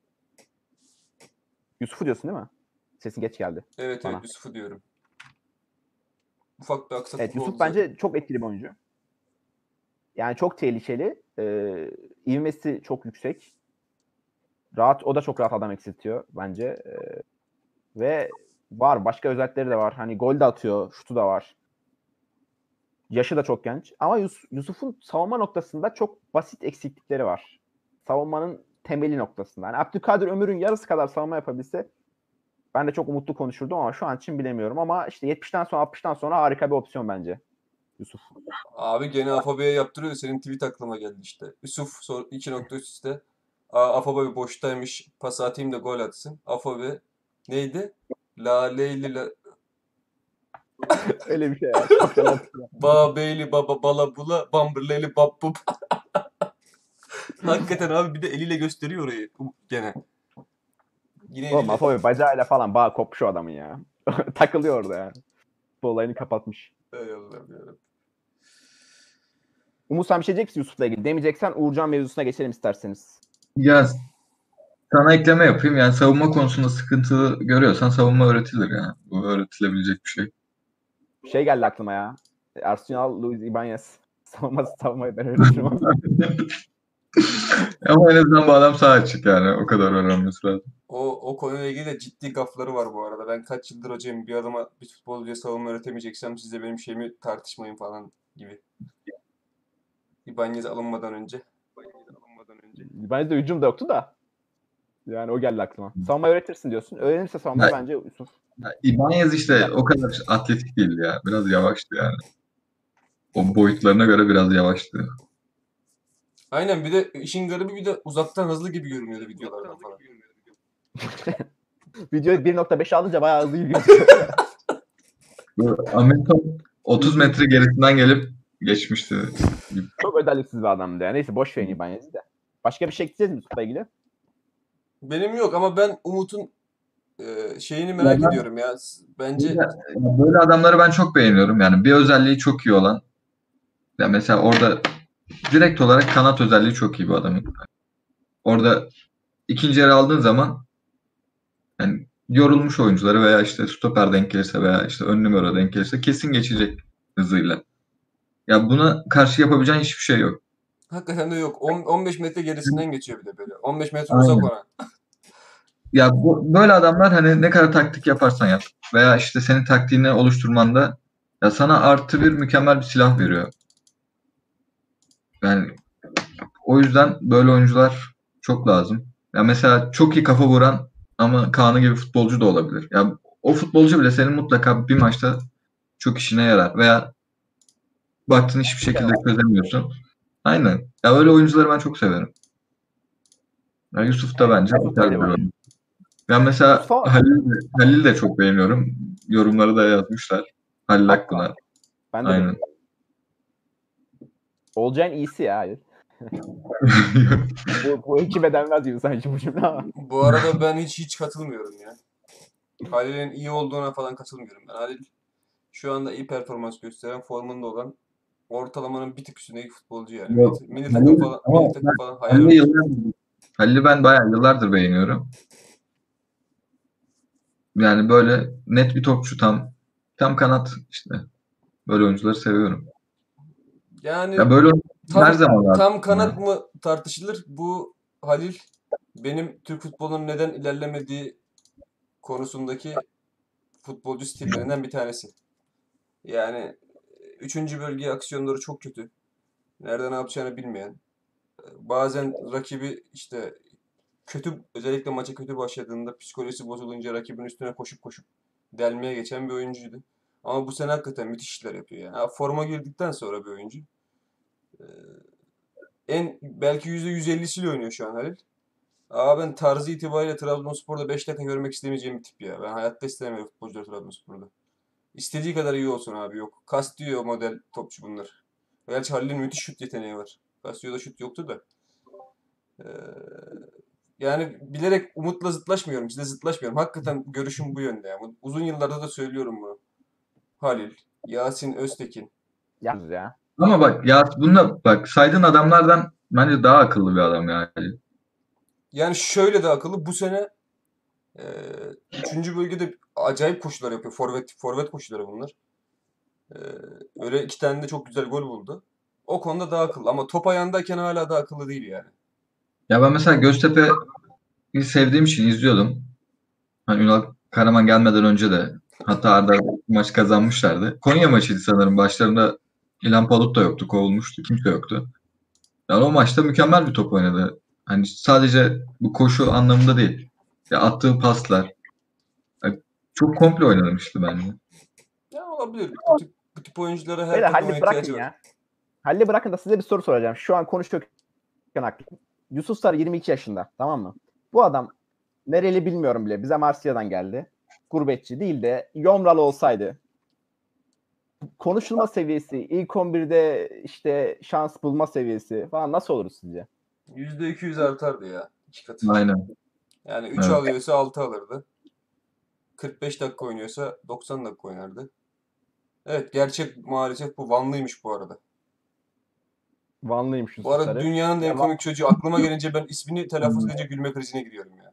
Yusuf'u diyorsun değil mi? Sesin geç geldi Evet bana. evet Yusuf'u diyorum. Ufak bir aksaklık Evet, Yusuf oldu zaten. bence çok etkili bir oyuncu. Yani çok tehlikeli. İvmesi çok yüksek. Rahat, o da çok rahat adam eksiltiyor bence. Ve var. Başka özellikleri de var. Hani gol de atıyor. Şutu da var. Yaşı da çok genç. Ama Yusuf'un savunma noktasında çok basit eksiklikleri var. Savunmanın temeli noktasında. Yani Abdülkadir Ömür'ün yarısı kadar savunma yapabilse ben de çok umutlu konuşurdum ama şu an için bilemiyorum. Ama işte 70'ten sonra 60'tan sonra harika bir opsiyon bence Yusuf. Abi gene Afobe'ye yaptırıyor. Senin tweet aklıma geldi işte. Yusuf 2 nokta üst üste. Afobe boştaymış. Pas atayım da gol atsın. Afobe neydi? La Leyli la Öyle bir şey ya. Çok fena. Ba Beyli Baba Bala Bula Bambırleyli Bab Bub. Hakikaten abi bir de eliyle gösteriyor orayı gene. Yine Oğlum eliyle. Afobe bacağıyla falan bağ kopmuş o adamın ya. Takılıyor orada yani. Bu olayını kapatmış. Ey Allah'ım yarabbim. Umut sen bir şey diyecek misin Yusuf'la ilgili? Demeyeceksen Uğurcan mevzusuna geçelim isterseniz. Ya sana ekleme yapayım. Yani savunma konusunda sıkıntı görüyorsan savunma öğretilir yani. Bu öğretilebilecek bir şey. Şey geldi aklıma ya. Arsenal, Luis Ibanez. Savunmayı ben öğretirim ama. Ama en azından bu adam sağ açık yani. O kadar öğrenmesi lazım. O konuyla ilgili de ciddi gafları var bu arada. Ben kaç yıldır hocam bir adama bir futbolcuya savunma öğretemeyeceksem siz de benim şeyimi tartışmayın falan gibi. İbanez alınmadan önce. Ibanez'de hücum da yoktu da. Yani o geldi aklıma. Savunmayı öğretirsin diyorsun. Öğrenirse savunmayı bence Yusuf. Ya, İbanez işte o kadar atletik değildi ya. Biraz yavaştı yani. O boyutlarına göre biraz yavaştı. Aynen bir de işin garibi bir de uzaktan hızlı gibi görünüyordu videolarda falan. Videoyu 1.5 alınca bayağı hızlı gidiyor. Hamilton 30 metre gerisinden gelip geçmişti. Çok özelliksiz bir adamdı ya. Neyse boş verin Ibanez'i de. Başka bir şey ekleyeceğiz mi Yusuf'la ilgili? Benim yok ama ben Umut'un şeyini merak Ya ben- ediyorum ya. Bence Böyle adamları ben çok beğeniyorum. Yani bir özelliği çok iyi olan. Ya mesela orada direkt olarak kanat özelliği çok iyi bu adamın. Orada ikinci yarı aldığın zaman yani yorulmuş oyuncuları veya işte stoper denk gelirse veya işte ön numara denk gelirse kesin geçecek hızıyla. Ya buna karşı yapabileceğin hiçbir şey yok. hakikaten de yok. 15 metre gerisinden geçiyor bir de böyle. 15 metre Aynen. uzak ona. Ya böyle adamlar hani ne kadar taktik yaparsan yap veya işte senin taktiğini oluşturmanda ya sana artı bir mükemmel bir silah veriyor. Yani o yüzden böyle oyuncular çok lazım. Ya mesela çok iyi kafa vuran ama Kaan'ı gibi futbolcu da olabilir. Ya o futbolcu bile senin mutlaka bir maçta çok işine yarar veya baktın hiçbir şekilde çözemiyorsun. Aynen. Ya öyle oyuncuları ben çok severim. Ya Yusuf da bence Yusuf o tarz öyle bir var. oyuncu. Ben mesela Yusuf'a- Halil'i de çok beğeniyorum. Yorumları da yazmışlar. Halil Hakka. Akpınar. Ben de Aynen. beğeniyorum. Olcay'ın iyisi ya. Halil. Bu ekibe denmez gibi sanki bu cümle ama. Bu arada ben hiç katılmıyorum ya. Halil'in iyi olduğuna falan katılmıyorum ben. Halil şu anda iyi performans gösteren, formunda olan, ortalamanın bir tık üstündeki futbolcu yani. Yok. Milli takım falan, Ama milli takım falan hayal Halil'i olmuş. Halil'i ben bayağı yıllardır beğeniyorum. Yani böyle net bir topçu, tam kanat işte. Böyle oyuncuları seviyorum. Yani Ya böyle oyuncular her tam zaman var. tam kanat Ya. mı tartışılır? Bu Halil benim Türk futbolunun neden ilerlemediği konusundaki futbolcu stillerinden bir tanesi. Yani üçüncü bölge aksiyonları çok kötü. Nerede ne yapacağını bilmeyen. Bazen rakibi işte kötü, özellikle maça kötü başladığında psikolojisi bozulunca rakibin üstüne koşup koşup delmeye geçen bir oyuncuydu. Ama bu sene hakikaten müthiş işler yapıyor yani. Ha, forma girdikten sonra bir oyuncu. Ee, En belki %150'siyle oynuyor şu an Halil. Ben tarzı itibariyle Trabzonspor'da 5 dakika görmek istemeyeceğim bir tip ya. Ben hayatta istemiyorum futbolcular Trabzonspor'da. İstediği kadar iyi olsun abi, yok. Castillo model topçu bunlar. Gerçi Halil'in müthiş şut yeteneği var. Castillo'da şut yoktu da. Ee, Yani bilerek Umut'la zıtlaşmıyorum. Sizle zıtlaşmıyorum. Hakikaten görüşüm bu yönde ya. Uzun yıllarda da söylüyorum bunu. Halil, Yasin Öztekin. Yalnız ya. Ama bak ya, bunda bak saydığın adamlardan bence daha akıllı bir adam yani. Yani şöyle de akıllı. Bu sene e, 3. bölgede acayip koşular yapıyor. Forvet koşuları bunlar. E, Öyle 2 tane de çok güzel gol buldu. O konuda daha akıllı. Ama top ayağındayken hala da akıllı değil yani. Ya ben mesela Göztepe'yi sevdiğim için izliyordum. Hani Ünal Karaman gelmeden önce de, hatta arda arda maç kazanmışlardı. Konya maçıydı sanırım. Başlarında İlhan Palut da yoktu. Kovulmuştu. Kimse yoktu. Yani o maçta mükemmel bir top oynadı. Hani sadece bu koşu anlamında değil. Ya attığı paslar. Yani çok komple oynamıştı bence. Ya olabilir. Bu tip oyunculara her Beyler takımın Halil'i bırakın ihtiyacı var. ya. Halil'i bırakın da size bir soru soracağım. Şu an konuşurken aklım. Yusuf Sarı 22 yaşında. Tamam mı? Bu adam nereli bilmiyorum bile. Bize Marsilya'dan geldi. Gurbetçi değil de Yomralı olsaydı. Konuşulma seviyesi, ilk 11'de işte şans bulma seviyesi falan nasıl olur sizce? %200 artardı ya. 2 katı. Aynen. Yani 3 Evet. alıyorsa 6 alırdı. 45 dakika oynuyorsa 90 dakika oynardı. Evet, gerçek maalesef bu. Vanlıymış bu arada. Vanlıymış Bu Yusuf arada Sarı. dünyanın en Ya, komik çocuğu. Aklıma gelince ben ismini telaffuz edince gülme krizine giriyorum ya.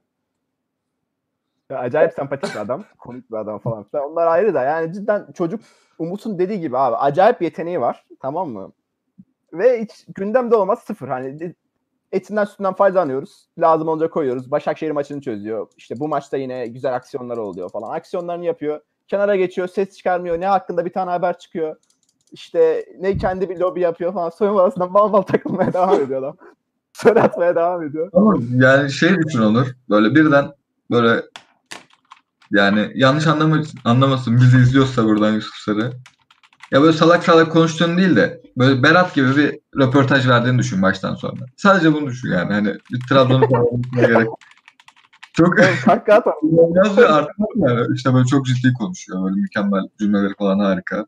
acayip sempatik bir adam. Komik bir adam falan filan. Onlar ayrı da yani cidden çocuk Umut'un dediği gibi abi acayip yeteneği var. Tamam mı? Ve hiç gündemde olmaz sıfır. Hani etinden sütünden faydalanıyoruz. Lazım olunca koyuyoruz. Başakşehir maçını çözüyor. İşte bu maçta yine güzel aksiyonlar oluyor falan. Aksiyonlarını yapıyor. Kenara geçiyor. Ses çıkarmıyor. Ne hakkında bir tane haber çıkıyor. İşte ne kendi bir lobi yapıyor falan. Soyunma odasından bal bal takılmaya devam ediyor adam. Söyle atmaya devam ediyor. Ama yani şey düşün Onur. Böyle birden böyle, yani yanlış anlamasın bizi izliyorsa buradan Yusuf Sarı. Ya böyle salak salak konuştuğunu değil de böyle Berat gibi bir röportaj verdiğini düşün baştan sonra. Sadece bunu düşün yani. Hani bir Trabzon'u falan unutmaya gerek. Çok Oğlum kahkaha atar. biraz bir artık yani işte böyle çok ciddi konuşuyor. Böyle mükemmel cümleleri falan harika.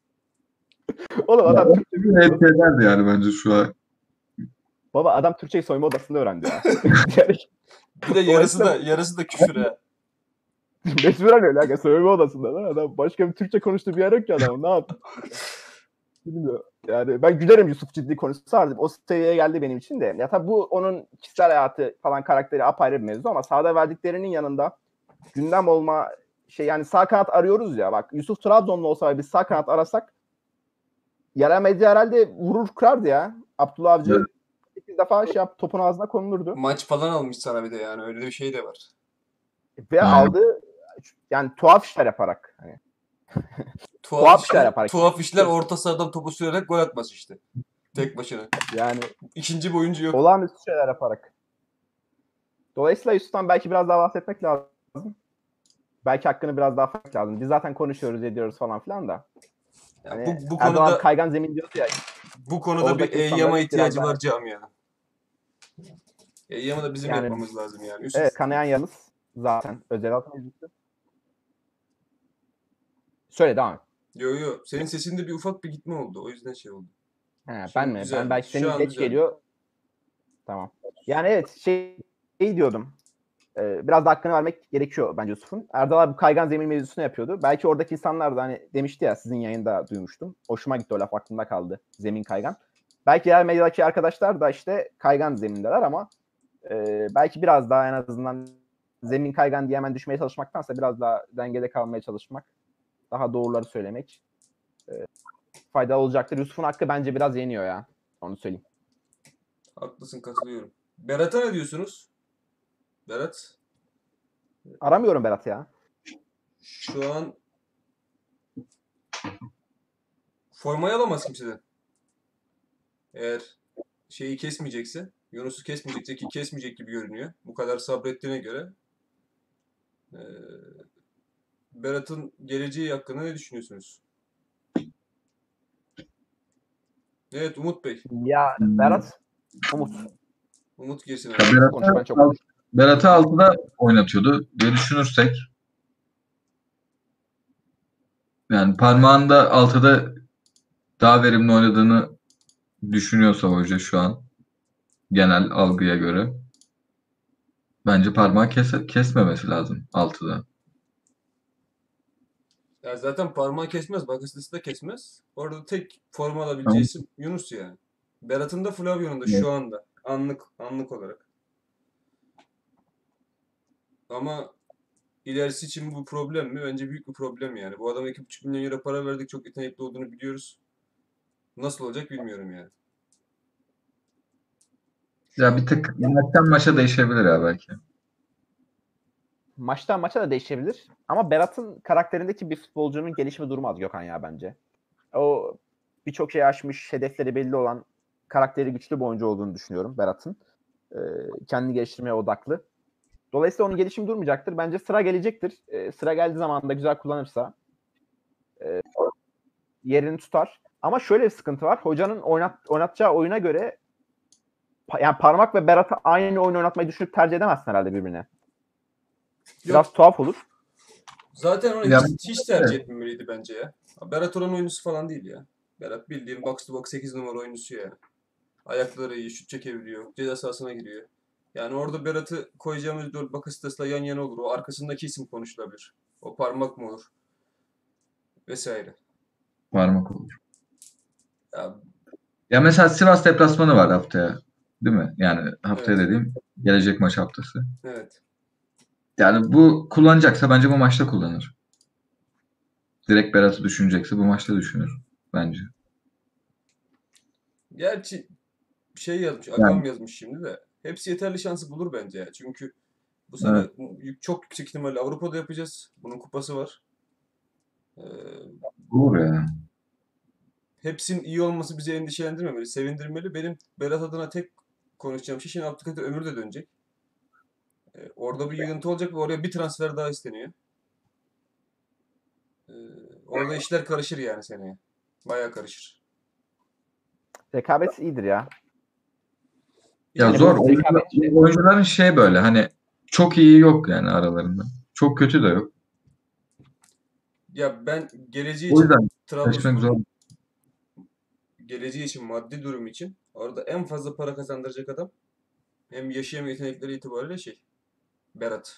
Oğlum Ya adam o Türkçe bir etki ederdi yani bence şu an. Baba adam Türkçeyi soyunma odasında öğrendi ya. Yani Bir de yarısı da küfür ha. mecburen öyle. Yani soyunma odasında lan. Adam başka bir Türkçe konuştuğu bir yer yok ki adamın. Ne yaptı? Bilmiyorum. Yani ben gülerim Yusuf ciddi konuşsa artık. O seviyeye geldi benim için de. Ya tabii bu onun kişisel hayatı falan karakteri apayrı bir mevzu ama sahada verdiklerinin yanında gündem olma şey yani sağ kanat arıyoruz ya. Bak Yusuf Trabzonlu olsa ve biz sağ kanat arasak yerel medya herhalde vurur kırardı ya. Abdullah Avcı 8 defa şey yap topun ağzına konulurdu. Maç falan almış sana bir de yani. Öyle bir şey de var. Ve Aynen. aldığı yani tuhaf işler yaparak. Hani, Tuhaf tuhaf işler işler, yaparak. tuhaf işler orta sahadan topu sürerek gol atması işte. Tek başına. Yani İkinci bir oyuncu yok. olağanüstü şeyler yaparak. Dolayısıyla Yusuf'tan belki biraz daha bahsetmek lazım. Belki hakkını biraz daha vermek lazım. Biz zaten konuşuyoruz, ediyoruz falan filan da. Yani Hani bu Erdoğan konuda kaygan zemin diyordu ya. bu konuda bir Oradaki Eyyam'a insanların biraz ihtiyacı daha var camianın. Eyyam'ı da bizim yani yapmamız lazım yani. Yusuf. evet kanayan yanımız zaten özel altın yüzüstü. Söyle devam et. Yo. Senin sesinde bir ufak bir gitme oldu. O yüzden şey oldu. He, ben Şimdi mi? Ben düzeldi. belki Şu senin an geç düzeldi. geliyor. Tamam. Yani evet şey diyordum. Biraz da hakkını vermek gerekiyor bence Yusuf'un. Erdal abi kaygan zemin mevzusunu yapıyordu. Belki oradaki insanlar da hani demişti ya, sizin yayında duymuştum. Hoşuma gitti, o laf aklımda kaldı. Zemin kaygan. Belki diğer medyadaki arkadaşlar da işte kaygan zemindeler ama belki biraz daha en azından zemin kaygan diye hemen düşmeye çalışmaktansa biraz daha dengede kalmaya çalışmak, daha doğruları söylemek faydalı olacaktır. Yusuf'un hakkı bence biraz yeniyor ya. Onu söyleyeyim. Haklısın, katılıyorum. Berat'a ne diyorsunuz? Berat Aramıyorum Berat ya. şu an formayı alamaz kimseden. Eğer şeyi kesmeyecekse, Yunus'u kesmeyecekse, ki kesmeyecek gibi görünüyor. Bu kadar sabrettiğine göre. Ee, Berat'ın geleceği hakkında ne düşünüyorsunuz? Evet, Umut Bey. Ya Berat, Umut. Umut girsin Ya abi. Umut konuş, ben çok konuştum. Berat'ı 6'da oynatıyordu diye düşünürsek, yani parmağında 6'da daha verimli oynadığını düşünüyorsa hoca şu an genel algıya göre, bence parmağı kesmemesi lazım 6'da. Ya zaten parmağı kesmez, Bakasıtası da kesmez. Orada tek forma alabileceği Ama isim Yunus yani. Berat'ın da Flavio'nun da şu anda. Anlık olarak. Ama ilerisi için bu problem mi? Bence büyük bir problem yani. Bu adama 2,5 milyon euro para verdik. Çok yetenekli olduğunu biliyoruz. Nasıl olacak bilmiyorum yani. Şu ya an bir tık maçtan maça değişebilir ya belki. Maçtan maça da değişebilir. Ama Berat'ın karakterindeki bir futbolcunun gelişimi durmaz Gökhan ya bence. O birçok şey aşmış, hedefleri belli olan, karakteri güçlü bir oyuncu olduğunu düşünüyorum Berat'ın. Kendini geliştirmeye odaklı. Dolayısıyla onun gelişimi durmayacaktır. Bence sıra gelecektir. Sıra geldiği zaman da güzel kullanırsa yerini tutar. Ama şöyle bir sıkıntı var. Hocanın oynatacağı oyuna göre yani Parmak ve Berat'ı aynı oyun oynatmayı düşünüp tercih edemezsin herhalde birbirine. yok. Biraz tuhaf olur. Zaten onu Ya, hiç tercih etmemeliydi bence ya. Berat oranın oyuncusu falan değil ya. Berat bildiğin box to box 8 numara oyuncusu yani. Ayakları iyi, şut çekebiliyor. Ceza sahasına giriyor. Yani orada Berat'ı koyacağımız 4 Bakasetas'la yan yana olur. O arkasındaki isim konuşulabilir. O parmak mı olur? Vesaire. Parmak olur. Ya, Ya mesela Sivas deplasmanı var haftaya. Değil mi? Yani haftaya evet. dediğim gelecek maç haftası. Evet. Yani bu kullanacaksa bence bu maçta kullanır. Direkt Berat'ı düşünecekse bu maçta düşünür bence. Gerçi şey yazmış, Yani Agam yazmış şimdi de. Hepsi yeterli şansı bulur bence ya. Çünkü bu evet, sene çok yüksek ihtimalle Avrupa'da yapacağız. Bunun kupası var. Ee, olur ya. Hepsinin iyi olması bizi endişelendirmemeli, sevindirmeli. Benim Berat adına tek konuşacağım şey, şimdi Abdülkadir Ömür de dönecek. Orada bir yığıntı olacak ve oraya bir transfer daha isteniyor. Ee, Orada işler karışır yani seneye. Bayağı karışır. Rekabet iyidir ya. Ya Yani İyidir zor. bu de rekabetçi. Oyuncuların şey böyle hani çok iyi yok yani aralarında. Çok kötü de yok. ya ben geleceği O için yüzden seçmek zor. Trabzonspor'un geleceği için, maddi durum için orada en fazla para kazandıracak adam hem yaşı hem yetenekleri itibariyle Berat.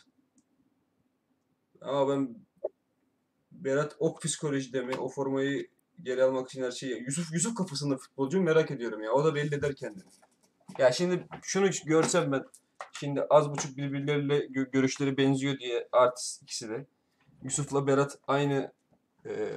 Ama ben Berat o psikolojide mi, o formayı geri almak için her şeyi Yusuf kafasında futbolcu merak ediyorum ya. O da belli eder kendini. Ya şimdi şunu görsem ben, şimdi az buçuk birbirleriyle görüşleri benziyor diye artist ikisi de. Yusuf'la Berat aynı e,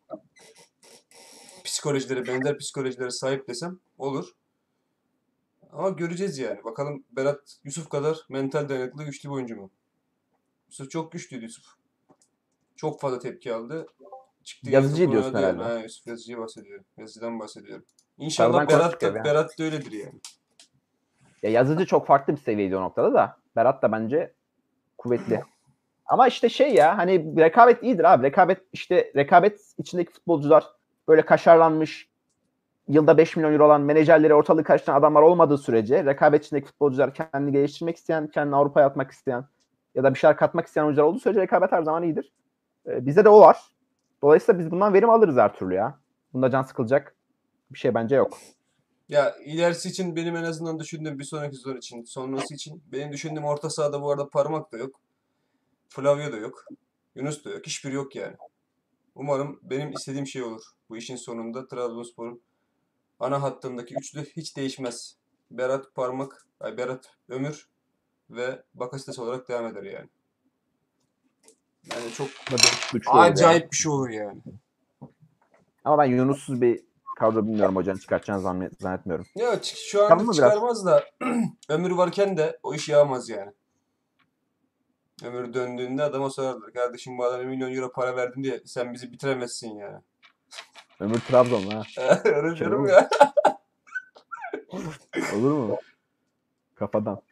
benzer psikolojilere sahip desem olur. Ama göreceğiz yani. Bakalım Berat Yusuf kadar mental dayanıklı, güçlü bir oyuncu mu? Yusuf çok güçlüydü Yusuf. Çok fazla tepki aldı. Çıktı yine Yazıcı topunu diyorsun oynadı yani. herhalde. Ha, Yusuf Yazıcı'ya bahsediyorum. Yazıcı'dan bahsediyorum. Sonradan İnşallah konuştuk ya. Berat da öyledir yani. Ya Yazıcı çok farklı bir seviyede o noktada da. Berat da bence kuvvetli. Ama işte şey ya, hani rekabet iyidir abi. Rekabet içindeki futbolcular böyle kaşarlanmış, yılda 5 milyon euro olan menajerleri ortalığı karıştıran adamlar olmadığı sürece, rekabet içindeki futbolcular kendini geliştirmek isteyen, kendini Avrupa'ya atmak isteyen ya da bir şeyler katmak isteyen oyuncular olduğu sürece rekabet her zaman iyidir. Bizde de o var. Dolayısıyla biz bundan verim alırız her türlü ya. Bunda can sıkılacak bir şey bence yok. Ya ilerisi için benim en azından düşündüğüm bir sonraki sezon için, sonrası için benim düşündüğüm orta sahada bu arada Parmak da yok. Flavio da yok. Yunus da yok. Hiçbiri yok yani. Umarım benim istediğim şey olur. Bu işin sonunda Trabzonspor'un ana hattındaki üçlü hiç değişmez. Berat Parmak, Berat Ömür ve Bakasetas olarak devam eder yani. Yani çok Burada güçlü olur yani. acayip bir şey olur yani. Ama ben Yunus'suz bir kadro bilmiyorum hocanın çıkartacağını zannetmiyorum. Ya şu Tamam anda mı biraz? çıkarmaz da Ömür varken de o iş yağmaz yani. Ömür döndüğünde adama sorarlar. Kardeşim bu adama 1 milyon euro para verdin diye sen bizi bitiremezsin yani. Ömür Trabzonlu ha. Öyle Şey diyorum olur. ya. Olur mu? Kafadan.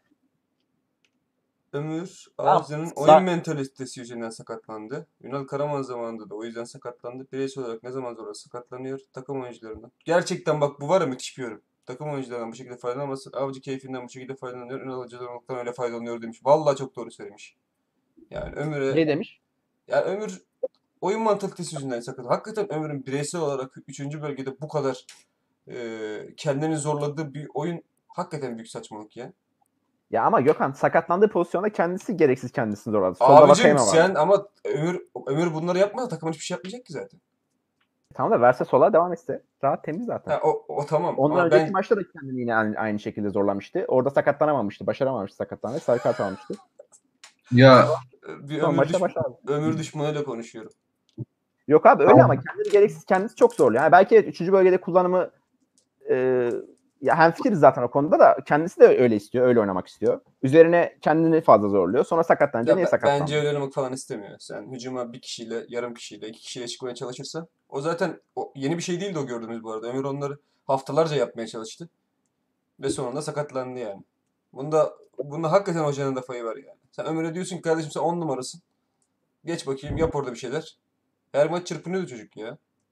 Ömür Tamam. Avcı'nın oyun mentalitesi yüzünden sakatlandı. Ünal Karaman zamanında da o yüzden sakatlandı. Bireysel olarak ne zaman sonra sakatlanıyor takım oyuncularından. Gerçekten bak bu var ya müthiş bir yorum. Takım oyuncularından bu şekilde faydalanması, Avcı keyfinden bu şekilde faydalanıyor. Ünal Hocalarından öyle faydalanıyor demiş. Vallahi çok doğru söylemiş. Yani Ömür'e Ne demiş? yani Ömür oyun mantalitesi yüzünden sakat. Hakikaten Ömür'ün bireysel olarak 3. bölgede bu kadar kendini zorladığı bir oyun hakikaten büyük saçmalık ya. Ya ama Gökhan sakatlandığı pozisyonda kendisi gereksiz kendisini zorladı. Solda Abicim Vakayeme var. sen ama Ömür bunları yapmasa takım hiçbir şey yapmayacak ki zaten. Tamam da verse sola devam etse. Rahat temiz zaten. Ha, o tamam Ondan ama önceki ben maçta da kendini yine aynı şekilde zorlamıştı. Orada sakatlanamamıştı. Başaramamıştı sakatlanmayı. Sarı kart almıştı. Ya bir Son maçta başardı. ömür düşmanıyla konuşuyorum. Yok abi öyle ama kendini gereksiz kendisi çok zorluyor. Yani belki 3. bölgede kullanımı ya hemfikiriz zaten o konuda da kendisi de öyle istiyor. Öyle oynamak istiyor. Üzerine kendini fazla zorluyor. Sonra sakatlanınca niye sakatlandı? Bence öyle oynamak falan istemiyor. Sen hücuma bir kişiyle, yarım kişiyle, 2 kişiyle çıkmaya çalışırsan o zaten yeni bir şey değildi o gördüğümüz bu arada. Ömür onları haftalarca yapmaya çalıştı. Ve sonunda sakatlandı yani. Bunda hakikaten hocanın da payı var yani. Sen Ömür'e diyorsun ki kardeşim sen 10 numarasın. Geç bakayım yap orada bir şeyler. Her maç çırpınıyordu çocuk ya.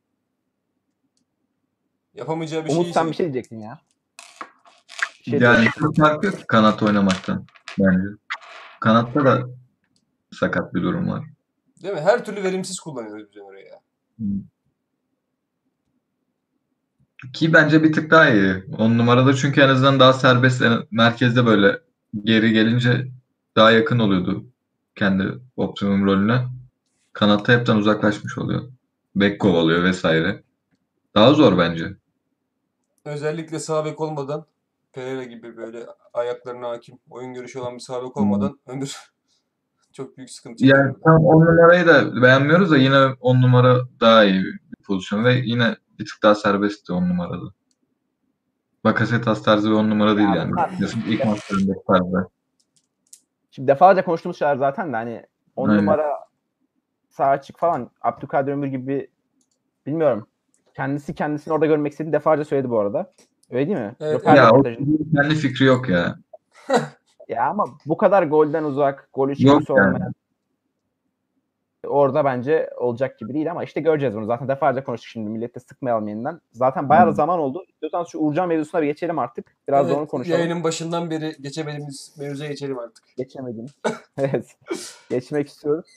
Yapamayacağı bir Umut şeyi sen bir şey diyeceksin ya. Bir şey yani diyeceksin. çok fark yok ki kanat oynamaktan bence. Kanatta da sakat bir durum var. değil mi? Her türlü verimsiz kullanıyoruz biz Ömür'ü ya. Ki bence bir tık daha iyi. 10 numarada çünkü en azından daha serbest merkezde böyle geri gelince daha yakın oluyordu kendi optimum rolüne. Kanatta hepten uzaklaşmış oluyor. Bek kovalıyor vesaire. Daha zor bence. Özellikle sağ bek olmadan Pereira gibi böyle ayaklarına hakim, oyun görüşü olan bir sağ bek olmadan Ömür çok büyük sıkıntı çekiyor Yani orada. tam 10 numarayı da beğenmiyoruz da yine 10 numara daha iyi bir pozisyon ve yine bir tık daha serbestti 10 numarada. Bakasetas tarzı bir 10 numara değil Ya yani. bunlar Mesela ilk maçlarındaki tarzda. şimdi defalarca konuştuğumuz şeyler zaten de hani 10 Aynen. numara sağ açık falan Abdülkadir Ömür gibi bilmiyorum. Kendisini orada görmek istediğini defalarca söyledi bu arada. Öyle değil mi? Evet, Her Ya o röportajında. kendi fikri yok ya. Ya ama bu kadar golden uzak, gol Yok içgörüsü yani. olmayan orada bence olacak gibi değil ama işte göreceğiz bunu. Zaten defalarca konuştuk şimdi millette sıkmayalım yeniden. Zaten bayağı da zaman oldu. İstiyorsanız şu Uğurcan mevzusuna bir geçelim artık. Biraz da onu Evet, konuşalım. yayının başından beri geçemediğimiz mevzuya geçelim artık. Geçemedim. Evet. Geçmek istiyoruz.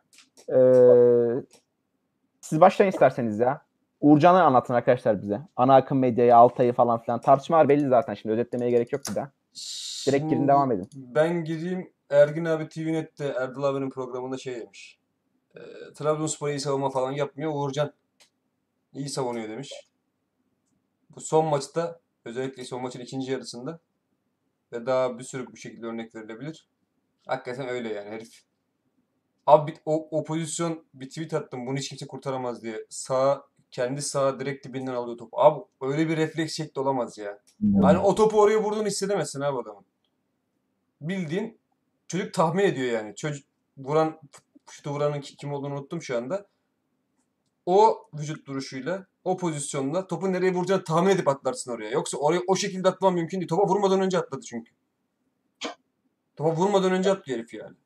Siz başlayın isterseniz ya. Uğurcan'ı anlatın arkadaşlar bize. Ana akım medyayı, Altay'ı falan filan. Tartışmalar belli zaten şimdi. Özetlemeye gerek yok bir daha. Direkt girin devam edin. Ben gireyim. Ergin abi TVNet'te Erdal abinin programında şey demiş. Trabzonspor iyi savunma falan yapmıyor. Uğurcan iyi savunuyor demiş. Bu son maçta özellikle son maçın ikinci yarısında ve daha bir sürü bu şekilde örnek verilebilir. Hakikaten öyle yani herif. Abi o pozisyon bir tweet attım bunu hiç kimse kurtaramaz diye. Kendi sağ direkt dibinden alıyor topu. Abi öyle bir refleks şekli olamaz ya. Hani o topu oraya vurduğunu hissedemezsin abi adamın. Bildiğin çocuk tahmin ediyor yani. Şutu vuranın kim olduğunu unuttum şu anda. O vücut duruşuyla, o pozisyonla topu nereye vuracağını tahmin edip atlarsın oraya. Yoksa oraya o şekilde atman mümkün değil. Topa vurmadan önce atladı çünkü. Topa vurmadan önce atlıyor herif yani.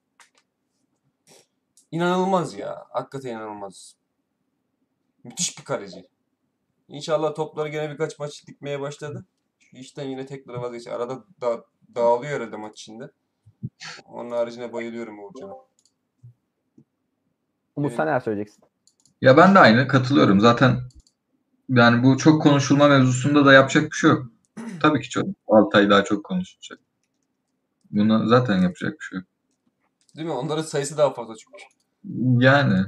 İnanılmaz ya. Hakikaten inanılmaz. Müthiş bir kaleci. İnşallah topları gene birkaç maç dikmeye başladı. Şu işten yine tekrar vazgeçer. Arada dağılıyor herhalde maç içinde. Onun haricinde bayılıyorum Uğurcan'a. Umut sen Benim neler söyleyeceksin? Ya ben de aynı katılıyorum. Zaten yani bu çok konuşulma mevzusunda da yapacak bir şey yok. Tabii ki çok Altay daha çok konuşulacak. Buna zaten yapacak bir şey yok. Değil mi? Onların sayısı daha fazla çünkü. Yani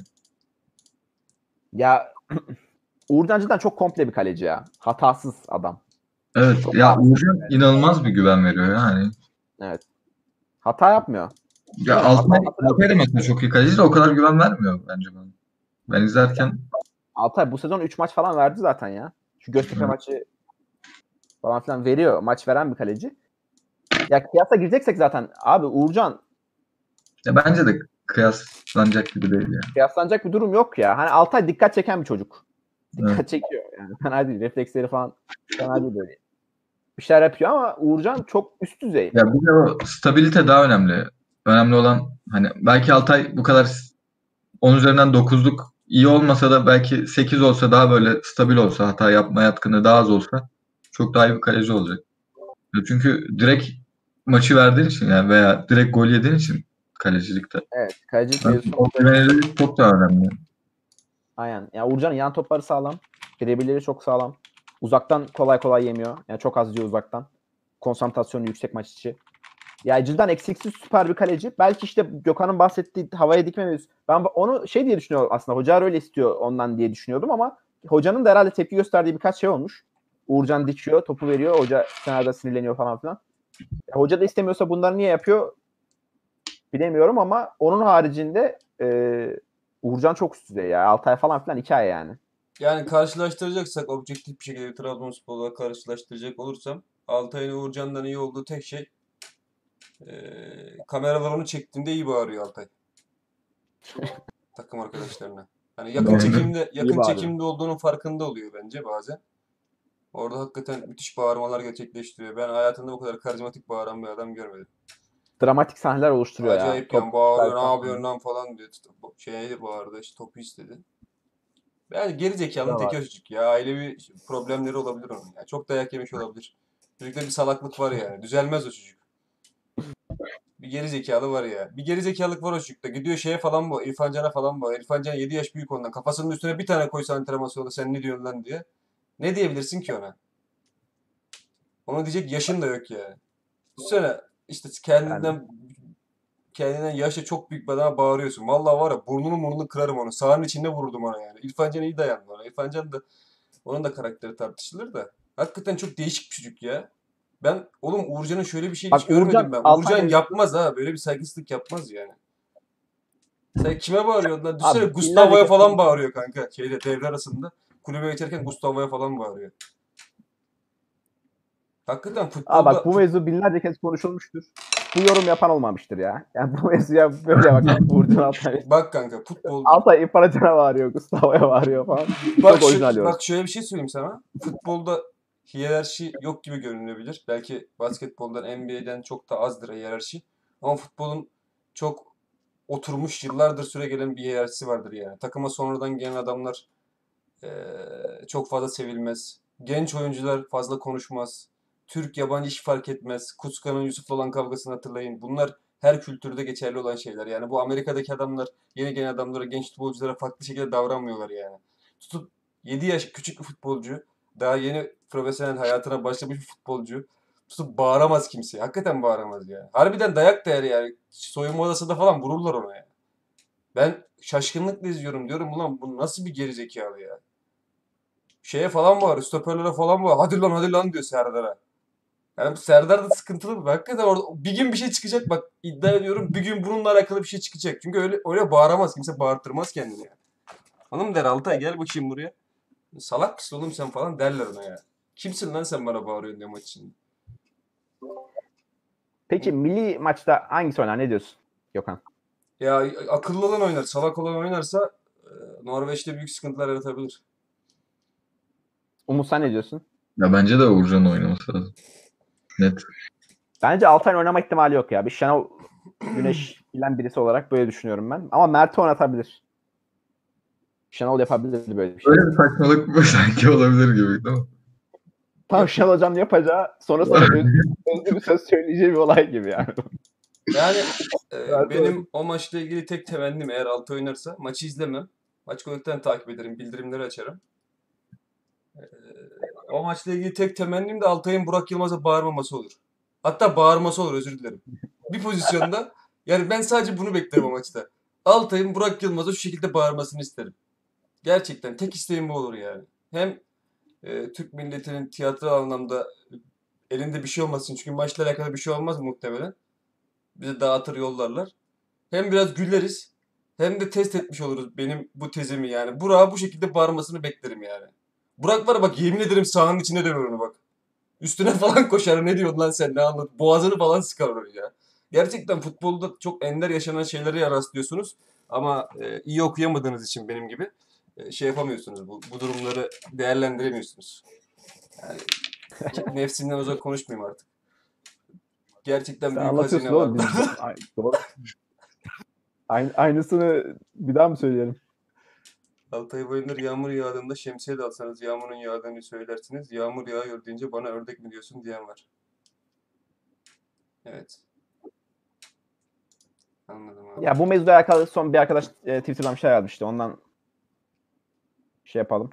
Ya Uğurcan cidden çok komple bir kaleci ya. Hatasız adam. evet Çok ya bariz. Uğurcan inanılmaz bir güven veriyor yani. Evet. Hata yapmıyor. Değil Ya mi? Hata Altay da mesela çok iyi kaleci de o kadar güven vermiyor bence bana. Ben izlerken Altay bu sezon 3 maç falan verdi zaten ya. Şu Göztepe maçı falan filan veriyor. Maç veren bir kaleci. Ya kıyasa gireceksek zaten abi Uğurcan ya bence de kıyaslanacak gibi değil ya. kıyaslanacak bir durum yok ya. Hani Altay dikkat çeken bir çocuk. Dikkat Evet. çekiyor yani. Fena değil. Refleksleri falan fena değil böyle. Bir şeyler yapıyor ama Uğurcan çok üst düzey. Ya bir de o stabilite daha önemli. Önemli olan hani belki Altay bu kadar 10 üzerinden 9'luk iyi olmasa da belki 8 olsa daha böyle stabil olsa hata yapma yatkını daha az olsa çok daha iyi bir kaleci olacak. Ya çünkü direkt maçı verdiğin için yani veya direkt gol yediğin için kalecilikte. Evet. Kalecilik Yani mevzusu o güvenilirlik çok daha önemli. aynen. Ya Uğurcan'ın yan topları sağlam. Birebirleri çok sağlam. Uzaktan kolay kolay yemiyor. Yani çok az diyor uzaktan. Konsantrasyonu yüksek maç içi. Ya cidden eksiksiz süper bir kaleci. Belki işte Gökhan'ın bahsettiği havaya dikme mevzusu. Ben onu şey diye düşünüyorum aslında. Hoca öyle istiyor ondan diye düşünüyordum ama hocanın da herhalde tepki gösterdiği birkaç şey olmuş. Uğurcan dikiyor, topu veriyor. Hoca kenarda sinirleniyor falan filan. Hoca da istemiyorsa bunları niye yapıyor bilemiyorum ama onun haricinde Uğurcan çok üst düzey ya. Altay falan filan hikaye yani. Yani karşılaştıracaksak objektif bir şekilde Trabzonspor'la karşılaştıracak olursam Altay'ın Uğurcan'dan iyi olduğu tek şey kameralar onu çektiğinde iyi bağırıyor Altay. Takım arkadaşlarına. Hani yakın Doğru. çekimde İyi yakın bağırıyor. çekimde olduğunun farkında oluyor bence bazen. Orada hakikaten müthiş bağırmalar gerçekleştiriyor. Ben hayatımda bu kadar karizmatik bağıran bir adam görmedim. Dramatik sahneler oluşturuyor ya. Acayip yani Top bağırıyor, ne çıkarken yapıyorsun falan. lan falan diyor. Şeye bağırdı, işte topu istedi. Yani geri zekalının Da teki var. o çocuk ya. Ailevi problemleri olabilir onun. Ya. Çok dayak yemiş olabilir. Çocukta bir salaklık var yani. Düzelmez o çocuk. Bir geri zekalı var ya. Bir geri zekalık var o çocukta. Gidiyor şeye falan bu. İrfan Can'a falan bu. İrfan Can 7 yaş büyük ondan. Kafasının üstüne bir tane koysa antrenman sonunda sen ne diyorsun lan diye. Ne diyebilirsin ki ona? Ona diyecek yaşın da yok yani. Düşünsene işte Yani kendinden yaşça çok büyük bir adama bağırıyorsun. Vallahi var ya burnunu kırarım onu. Sahanın içinde vururdum ona yani. İrfan Can iyi dayandı ona. İrfan Can da onun da karakteri tartışılır da. Hakikaten çok değişik bir çocuk ya. Ben oğlum Uğurcan'ın şöyle bir şeyini hiç bak Uğurcan görmedim ben. Altay Uğurcan mevzusu yapmaz ha. Böyle bir saygısızlık yapmaz yani. Sen kime bağırıyordun lan? Düşünsene abi binlerce Gustavo'ya kez falan konuşulmuş. bağırıyor kanka. Şeyde devre arasında. Kulübe geçerken Gustavo'ya falan bağırıyor. Hakikaten Aa bak futbolda bu mevzu binlerce kez konuşulmuştur. Bu yorum yapan olmamıştır ya. Yani bu mevzuya böyle bak. Uğurcan Altay. bak kanka futbol Altay İrfan Can'a bağırıyor. Gustavo'ya bağırıyor falan. Çok orijinal yorum. bak şöyle bir şey söyleyeyim sana. Futbolda hiyerarşi yok gibi görünebilir. Belki basketboldan, NBA'den çok da azdır hiyerarşi. Ama futbolun çok oturmuş yıllardır süre gelen bir hiyerarşisi vardır yani. Takıma sonradan gelen adamlar çok fazla sevilmez. Genç oyuncular fazla konuşmaz. Türk yabancı hiç fark etmez. Kuzka'nın Yusuf'la olan kavgasını hatırlayın. Bunlar her kültürde geçerli olan şeyler. Yani bu Amerika'daki adamlar yeni gelen adamlara, genç futbolculara farklı şekilde davranmıyorlar yani. Tutup 7 yaş küçük bir futbolcu, daha yeni profesyonel hayatına başlamış bir futbolcu tutup bağıramaz kimseye. Hakikaten bağıramaz yani. Harbiden dayak da yer yani. Soyunma odasında falan vururlar ona yani. Ben şaşkınlıkla izliyorum diyorum ulan bu nasıl bir gerizekalı ya. Şeye falan bağırıyor. Stoperlere falan bağırıyor. Hadi lan diyor Serdar'a. Yani bu Serdar da sıkıntılı bir. Hakikaten orada bir gün bir şey çıkacak. Bak iddia ediyorum bir gün bununla alakalı bir şey çıkacak. Çünkü öyle bağıramaz. Kimse bağırtırmaz kendini yani. Hanım der Altay gel bakayım buraya. Salak mısın oğlum sen falan derler ona ya. Kimsin lan sen bana bağırıyorsun diye maç içinde. Peki milli maçta hangisi oynar? Ne diyorsun Gökhan? Ya akıllı olan oynar. Salak olan oynarsa Norveç'te büyük sıkıntılar yaratabilir. Umut sen ne diyorsun? Ya bence de Uğurcan'ın oynaması lazım. Net. Bence Altay'ın oynama ihtimali yok ya. Bir Şenol Güneş bilen birisi olarak böyle düşünüyorum ben. Ama Mert'i oynatabilir. Şenol yapabilir böyle bir şey. Öyle bir saçmalık sanki olabilir gibi değil mi? Tam Şenol Hoca'nın yapacağı sonra özlü bir söz söyleyeceği bir olay gibi yani. Yani Evet, benim o maçla ilgili tek temennim eğer Altay oynarsa maçı izlemem. Maç Kolik'ten takip ederim. Bildirimleri açarım. Ee, O maçla ilgili tek temennim de Altay'ın Burak Yılmaz'a bağırmaması olur. Hatta bağırması olur, özür dilerim. Bir pozisyonda yani ben sadece bunu beklerim o maçta. Altay'ın Burak Yılmaz'a şu şekilde bağırmasını isterim. Gerçekten tek isteğim bu olur yani. Hem Türk milletinin tiyatro anlamda elinde bir şey olmasın. Çünkü maçla alakalı bir şey olmaz muhtemelen. Bize dağıtır yollarlar. Hem biraz güleriz. Hem de test etmiş oluruz benim bu tezimi yani. Burak'a bu şekilde bağırmasını beklerim yani. Burak var ya bak, yemin ederim sahanın içine döner onu bak. Üstüne falan koşar. Ne diyorsun lan sen, ne anladın? Boğazını falan sıkar onu ya. Gerçekten futbolda çok ender yaşanan şeylere rastlıyorsunuz. Ama iyi okuyamadığınız için benim gibi şey yapamıyorsunuz. Bu durumları değerlendiremiyorsunuz. Yani nefsinden uzak konuşmayayım artık. Gerçekten Sen büyük anlatıyorsun hazine var. oğlum. Doğru. Aynısını bir daha mı söyleyelim? Altay Bayındır, yağmur yağdığında şemsiye de alsanız yağmurun yağdığını söylersiniz. Yağmur yağıyor deyince bana ördek mi diyorsun diyen var. Evet. Anladım abi. Ya bu mevzuyla alakalı son bir arkadaş Twitter'dan bir şey yazmıştı. Ondan şey yapalım.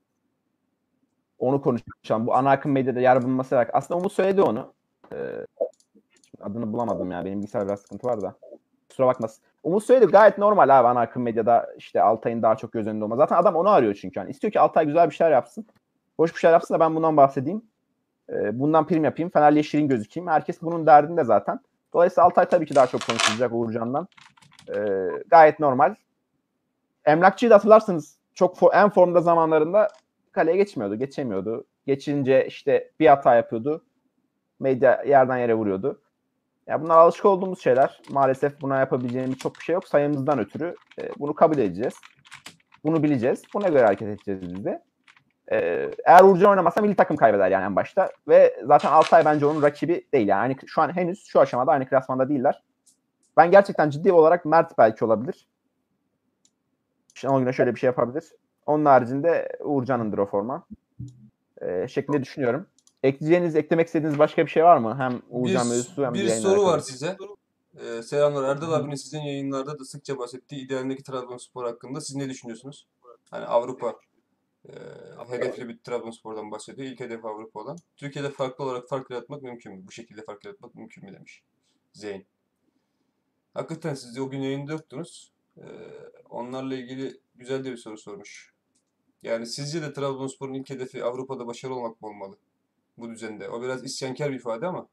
Onu konuşalım. Bu ana akım medyada yer bulunması alakalı. Aslında Umut söyledi onu. Adını bulamadım ya. Benim bilgisayar biraz sıkıntı var da. Kusura bakmasın. Umut söyledi, gayet normal abi ana akım medyada işte Altay'ın daha çok göz önünde olması. Zaten adam onu arıyor çünkü. Yani istiyor ki Altay güzel bir şeyler yapsın. Hoş bir şeyler yapsın da ben bundan bahsedeyim. Bundan prim yapayım. Fenerli'ye şirin gözükeyim. Herkes bunun derdinde zaten. Dolayısıyla Altay tabii ki daha çok konuşulacak Uğurcan'dan. Gayet normal. Emlakçıyı da hatırlarsınız. Çok en formda zamanlarında kaleye geçemiyordu. Geçince işte bir hata yapıyordu. Medya yerden yere vuruyordu. Ya bunlar alışık olduğumuz şeyler. Maalesef buna yapabileceğimiz çok bir şey yok. Sayımızdan ötürü bunu kabul edeceğiz. Bunu bileceğiz. Buna göre hareket edeceğiz biz de. Eğer Uğurcan oynamazsa milli takım kaybeder yani en başta. Ve zaten Altay bence onun rakibi değil. Yani şu an henüz şu aşamada aynı klasmanda değiller. Ben gerçekten ciddi olarak Mert belki olabilir. Şenol Güneş şöyle bir şey yapabilir. Onun haricinde Uğurcan'ındır o forma. Şeklinde düşünüyorum. Eklemek istediğiniz başka bir şey var mı? Hem Uğurcan mevzusu hem Bir yayınla soru alakalı. var size. Selamlar. Erdal abinin sizin yayınlarda da sıkça bahsettiği idealindeki Trabzonspor hakkında siz ne düşünüyorsunuz? Hani Avrupa hedefli bir Trabzonspor'dan bahsediyor. İlk hedef Avrupa olan. Türkiye'de farklı olarak fark yaratmak mümkün mü? Bu şekilde fark yaratmak mümkün mü demiş Zeyn. Hakikaten siz de o gün yayında yoktunuz. Onlarla ilgili güzel de bir soru sormuş. Yani sizce de Trabzonspor'un ilk hedefi Avrupa'da başarılı olmak mı olmalı? Bu düzende. O biraz isyankar bir ifade ama.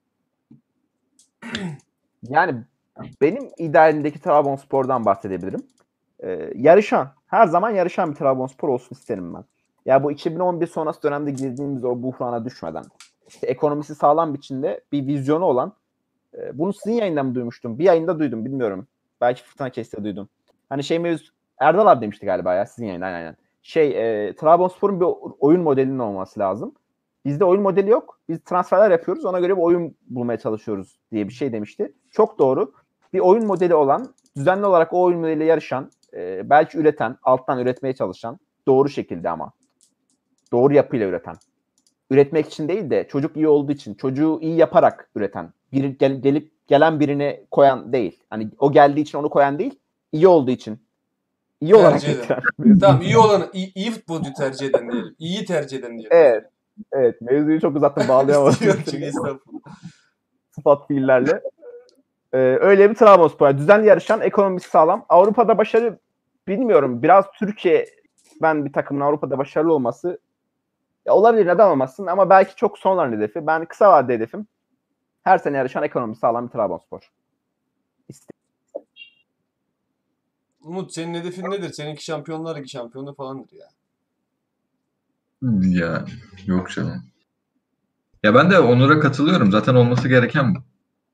Yani benim idealimdeki Trabzonspor'dan bahsedebilirim. Yarışan, her zaman yarışan bir Trabzonspor olsun isterim ben. Ya bu 2011 sonrası dönemde girdiğimiz o buhrana düşmeden, işte ekonomisi sağlam biçimde bir vizyonu olan, bunu sizin yayından mı duymuştum? Bir yayında duydum, bilmiyorum. Belki Fırtına Kes'te duydum. Hani şey mevzu, Erdal abi demişti galiba ya sizin yayından aynen. Trabzonspor'un bir oyun modelinin olması lazım. Bizde oyun modeli yok. Biz transferler yapıyoruz. Ona göre bir oyun bulmaya çalışıyoruz diye bir şey demişti. Çok doğru. Bir oyun modeli olan, düzenli olarak o oyun modeliyle yarışan, belki üreten, alttan üretmeye çalışan, doğru şekilde ama. Doğru yapıyla üreten. Üretmek için değil de çocuk iyi olduğu için, çocuğu iyi yaparak üreten. Gelen birine koyan değil. Hani o geldiği için onu koyan değil, iyi olduğu için. İyi olarak Tercih eden. getiren. Tamam, iyi olanı, iyi futbolcu tercih eden diyelim. İyi tercih eden diyelim. Evet. Evet. Mevzuyu çok uzattım, bağlayamadım. Yok çünkü estağfurullah. Sıfat fiillerle. Öyle bir Trabzonspor. Düzenli yarışan, ekonomisi sağlam. Avrupa'da başarı bilmiyorum. Biraz ben bir takımın Avrupa'da başarılı olması olabilir, neden olmasın, ama belki çok sonların hedefi. Ben kısa vadede hedefim her sene yarışan, ekonomisi sağlam bir Trabzonspor. Umut, senin hedefin nedir? Seninki Şampiyonlar Ligi şampiyonu falandır ya. Ya yok canım. Ya ben de Onur'a katılıyorum. Zaten olması gereken bu.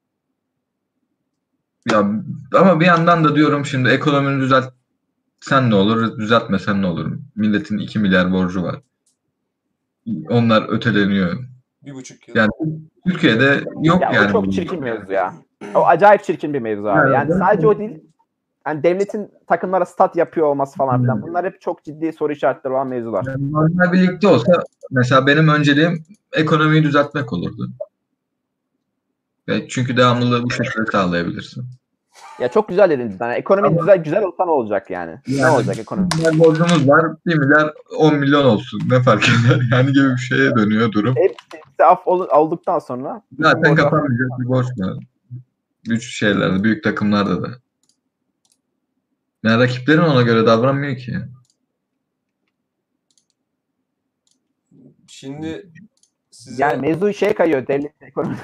Ya ama bir yandan da diyorum şimdi ekonomini düzeltsen ne olur, düzeltmesen ne olur? Milletin 2 milyar borcu var. Onlar öteleniyor. 1,5 yıl. Yani Türkiye'de yok Ya yani. o çok çirkin mevzu ya. O acayip çirkin bir mevzu abi. Yani sadece o değil. Yani devletin takımlara stat yapıyor olması falan filan. Bunlar hep çok ciddi soru işaretleri olan mevzular. Yani normal birlikte olsa mesela benim önceliğim ekonomiyi düzeltmek olurdu. Çünkü devamlılığı bu şekilde sağlayabilirsin. Ya çok güzel dediniz. Yani ekonomi güzel olsa ne olacak yani? Ne Yani olacak ekonomi? 1 milyar borcumuz var. 1 milyar 10 milyon olsun. Ne fark eder? Yani gibi bir şeye dönüyor durum. Hepsi olduktan sonra bütün Zaten borcu kapanmayacak bir borç var. Güç şeylerde, büyük takımlarda da. Yani rakiplerin ona göre davranmıyor ki. Şimdi yani size mevzu kayıyor. Devlet ekonomi.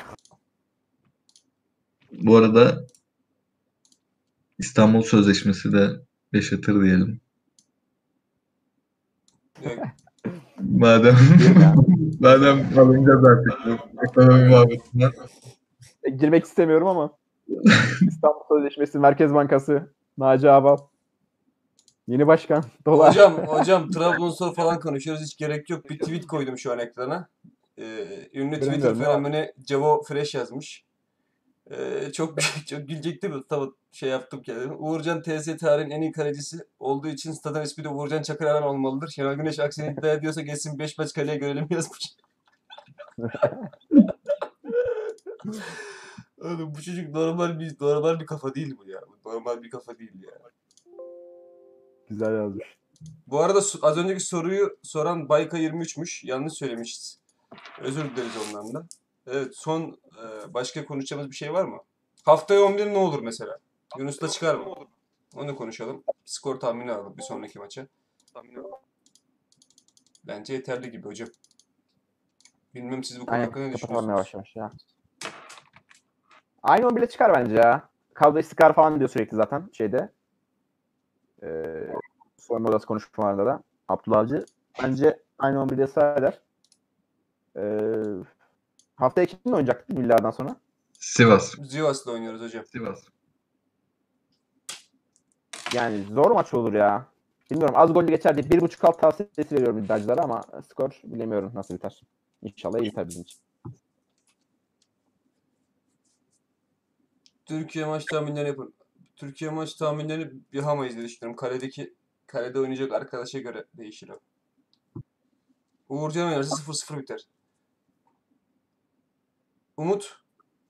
Bu arada İstanbul Sözleşmesi de yaşatır diyelim. ya, Madem Diyelim ya. madem alınacağız artık bu ekonomi muhabbetinden. Girmek istemiyorum ama İstanbul Sözleşmesi, Merkez Bankası, Naci Ağbal, yeni başkan, dolar. hocam Trabzonspor falan konuşuyoruz. Hiç gerek yok. Bir tweet koydum şu an ekrana. Ünlü Twitter Göremiyorum ne var? fenomeni Cevo Fresh yazmış. Çok çok gülecektim de tam şey yaptım kendimi. Uğurcan TS tarihin en iyi kalecisi olduğu için stadın ismi de Uğurcan Çakır Aran olmalıdır. Şenol Güneş aksini iddia ediyorsa geçsin 5 maç kaleye görelim yazmış. Oğlum bu çocuk normal bir kafa değil bu ya. Normal bir kafa değil ya. Güzel yazmış. Bu arada az önceki soruyu soran Bayka 23'müş. Yanlış söylemişiz. Özür dileriz ondan da. Evet son başka konuşacağımız bir şey var mı? Haftaya 11 ne olur mesela? Yunus'ta çıkar mı? Onu konuşalım. Skor tahmini alalım bir sonraki maça. Bence yeterli gibi hocam. Bilmem siz bu konu Aynen hakkında ne kapatalım düşünüyorsunuz? yavaş yavaş ya. Aynı 11'e çıkar bence ya. Kadro istikrar falan diyor sürekli zaten şeyde. Soyunma odası konuşmalarında da. Abdullah Avcı. Bence aynı 11'de ısrar eder. Haftaya kimle oynayacak Villar'dan sonra? Sivas. Sivas'la oynuyoruz hocam. Sivas. Yani zor maç olur ya. Bilmiyorum az gollü geçer diye 1.5 alt tavsiyesi veriyorum iddiacılara ama skor bilemiyorum nasıl biter. İnşallah iyi biter bizim için. Türkiye maç tahminleri yapın. Türkiye maç tahminlerini yapamayız diye düşünüyorum. Kalede oynayacak arkadaşa göre değişir o. Uğurcan oynarsa 0-0 biter. Umut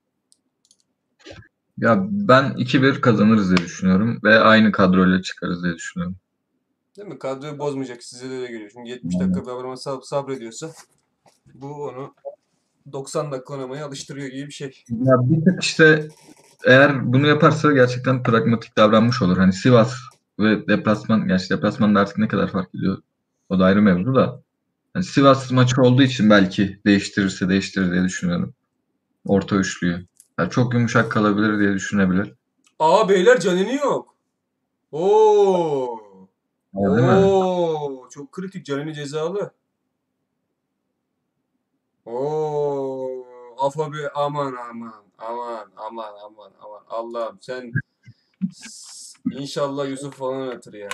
Ya ben 2-1 kazanırız diye düşünüyorum ve aynı kadroyla çıkarız diye düşünüyorum. değil mi? Kadroyu bozmayacak. Size de öyle geliyor. Çünkü 70 Yani, dakika bir adama sabrediyorsa bu onu 90 dakika oynamaya alıştırıyor gibi bir şey. ya bir tık işte eğer bunu yaparsa gerçekten pragmatik davranmış olur. Hani Sivas ve deplasman, gerçi deplasmanda artık ne kadar fark ediyor o da ayrı mevzu da. Yani Sivas maçı olduğu için belki değiştirirse değiştirir diye düşünüyorum. Orta üçlüyü. Yani çok yumuşak kalabilir diye düşünebilir. Aa beyler Canini yok. Oo. Ya, değil mi? Oo. Çok kritik. Canini cezalı. Oo. Afabi aman aman. Aman aman aman aman. Allah'ım sen inşallah Yusuf falan atır ya.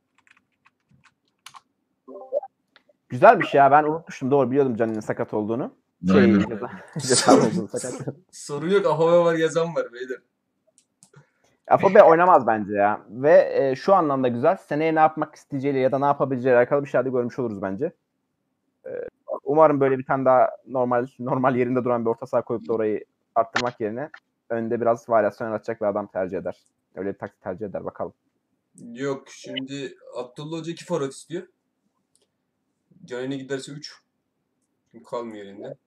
Güzel bir şey ya ben unutmuştum doğru biliyordum Can'ın sakat olduğunu. Aynen. Cezalı olduğunu sakat. Sorun yok. Afabi var yazan var beyler. Afobe oynamaz bence ya. Ve şu anlamda güzel. Seneye ne yapmak isteyeceğiyle ya da ne yapabileceğiyle alakalı bir şeyler de görmüş oluruz bence. Umarım böyle bir tane daha normal yerinde duran bir orta saha koyup da orayı arttırmak yerine önde biraz varyasyon yaratacak bir adam tercih eder. Öyle bir taktik tercih eder bakalım. Yok şimdi Abdullah Hoca 2 forvet istiyor. Canini giderse 3. Çünkü kalmıyor elinde.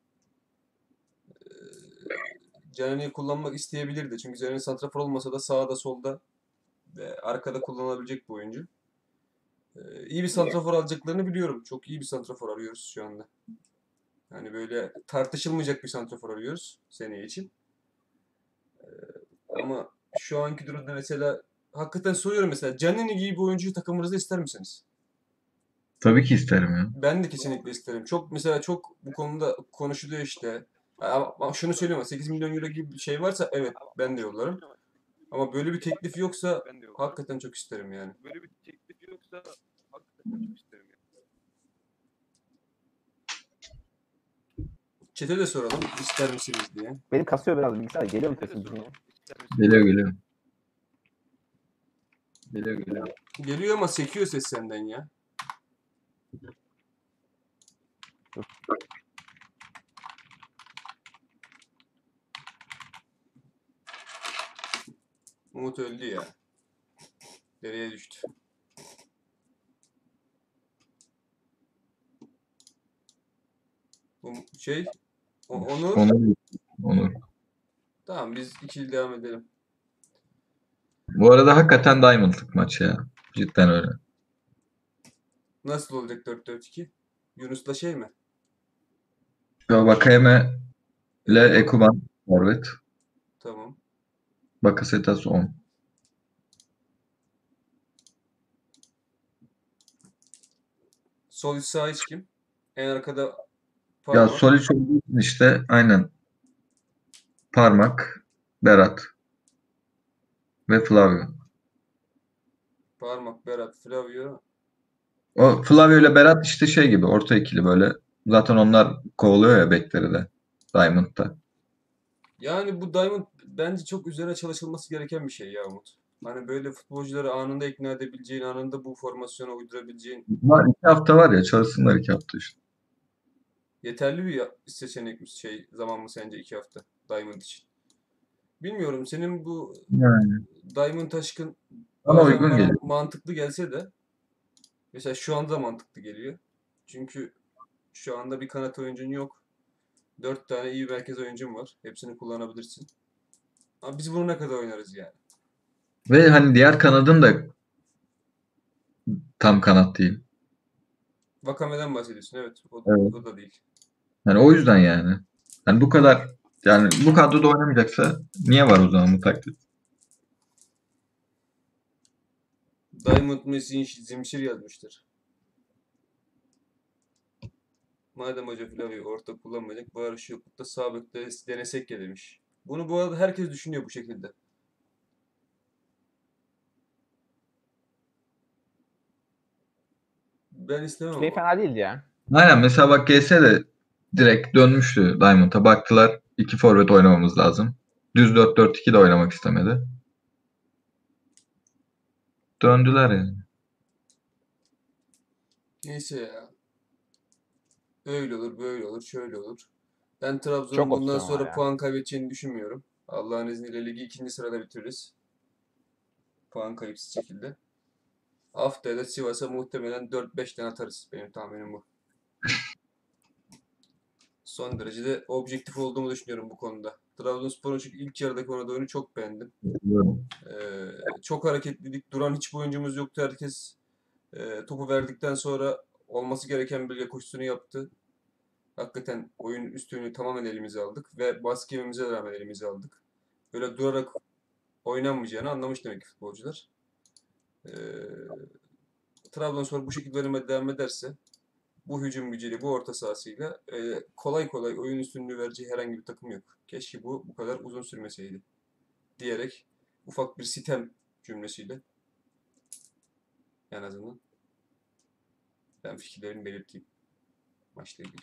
Canini'yi kullanmak isteyebilirdi. Çünkü Canini santrafor olmasa da sağda solda ve arkada kullanılabilecek bir oyuncu. İyi bir santrafor alacaklarını biliyorum. Çok iyi bir santrafor arıyoruz şu anda. Yani böyle tartışılmayacak bir santrafor arıyoruz seneye için. Ama şu anki durumda mesela hakikaten soruyorum mesela Canini gibi bir oyuncuyu takımınızda ister misiniz? Tabii ki isterim ya. Ben de kesinlikle isterim. Çok mesela çok bu konuda konuşuluyor işte. Ama şunu söyleyeyim 8 milyon euro gibi bir şey varsa evet ben de yollarım. Ama böyle bir teklif yoksa hakikaten çok isterim yani. Çete de soralım ister misiniz diye. Benim kasıyor biraz bilgisayar. Geliyor mu sesim? Geliyor geliyor. Geliyor geliyor. Geliyor ama sekiyor ses senden ya. Umut öldü ya. Nereye düştü? Onur. Onur. Tamam biz ikili devam edelim. Bu arada hakikaten Diamond'lık maç ya. Cidden öyle. Nasıl olacak 4-4-2? Yunus'la şey mi? Vakayeme ile Ekuban forvet. Tamam. Bakasetas 10. Sol üst sağ iç kim? En arkada Ya Parmak. Solic olduğu için işte aynen. Parmak, Berat ve Flavio. Parmak, Berat, Flavio. O Flavio ile Berat işte şey gibi orta ikili böyle. Zaten onlar kovalıyor ya bekleri de. Diamond'da. Yani bu Diamond bence çok üzerine çalışılması gereken bir şey ya Umut. Hani böyle futbolcuları anında ikna edebileceğin, anında bu formasyona uydurabileceğin Var 2 hafta var ya çalışsınlar 2 hafta işte. yeterli bir seçenek mi zaman mı sence 2 hafta Diamond için? Bilmiyorum senin bu Yani. Diamond aşkın Bana bazen uygun bana geliyor. mantıklı gelse de mesela şu anda da mantıklı geliyor. Çünkü şu anda bir kanat oyuncun yok. 4 tane iyi merkez oyuncun var. Hepsini kullanabilirsin. Ama biz bunu ne kadar oynarız yani? Ve hani diğer kanadın da tam kanat değil. Vakame'den bahsediyorsun evet. Evet. O da değil. Yani o yüzden yani. Hani bu kadar yani bu kadroda oynamayacaksa niye var o zaman bu taktik? Diamond Messi Zimşir yazmıştır. Madem hoca Flavio orta kullanmayacak bari şu yoklukta sağ bekte denesek ya demiş. Bunu bu arada herkes düşünüyor bu şekilde. Ben istemem Şey ama. fena değildi ya. Aynen mesela bak GS de direkt dönmüştü Diamond'a. Baktılar 2 forvet oynamamız lazım. Düz 4-4-2 de oynamak istemedi. Döndüler yani. Neyse ya. Öyle olur, böyle olur, şöyle olur. Ben Çok Trabzon'un bundan opsiyon var sonra ya. puan kaybedeceğini düşünmüyorum. Allah'ın izniyle ligi 2. sırada bitiririz. Puan kayıpsız şekilde. Haftaya da Sivas'a muhtemelen 4-5 tane atarız. Benim tahminim bu. Son derece de objektif olduğumu düşünüyorum bu konuda. Trabzonspor'un çünkü ilk yarıdaki oyunu çok beğendim. Çok hareketlilik. Duran hiçbir oyuncumuz yoktu. Herkes topu verdikten sonra olması gereken bölge koşusunu yaptı. Hakikaten oyun üstünlüğü tamamen elimize aldık ve baskı yememize rağmen elimize aldık. Böyle durarak oynanmayacağını anlamış demek ki futbolcular. Ee, Trabzonspor bu şekilde oynamaya devam ederse bu hücum gücüyle, bu orta sahasıyla kolay kolay oyun üstünlüğü vereceği herhangi bir takım yok. Keşke bu kadar uzun sürmeseydi diyerek ufak bir sitem cümlesiyle en azından ben fikirlerimi belirteyim maçla ilgili.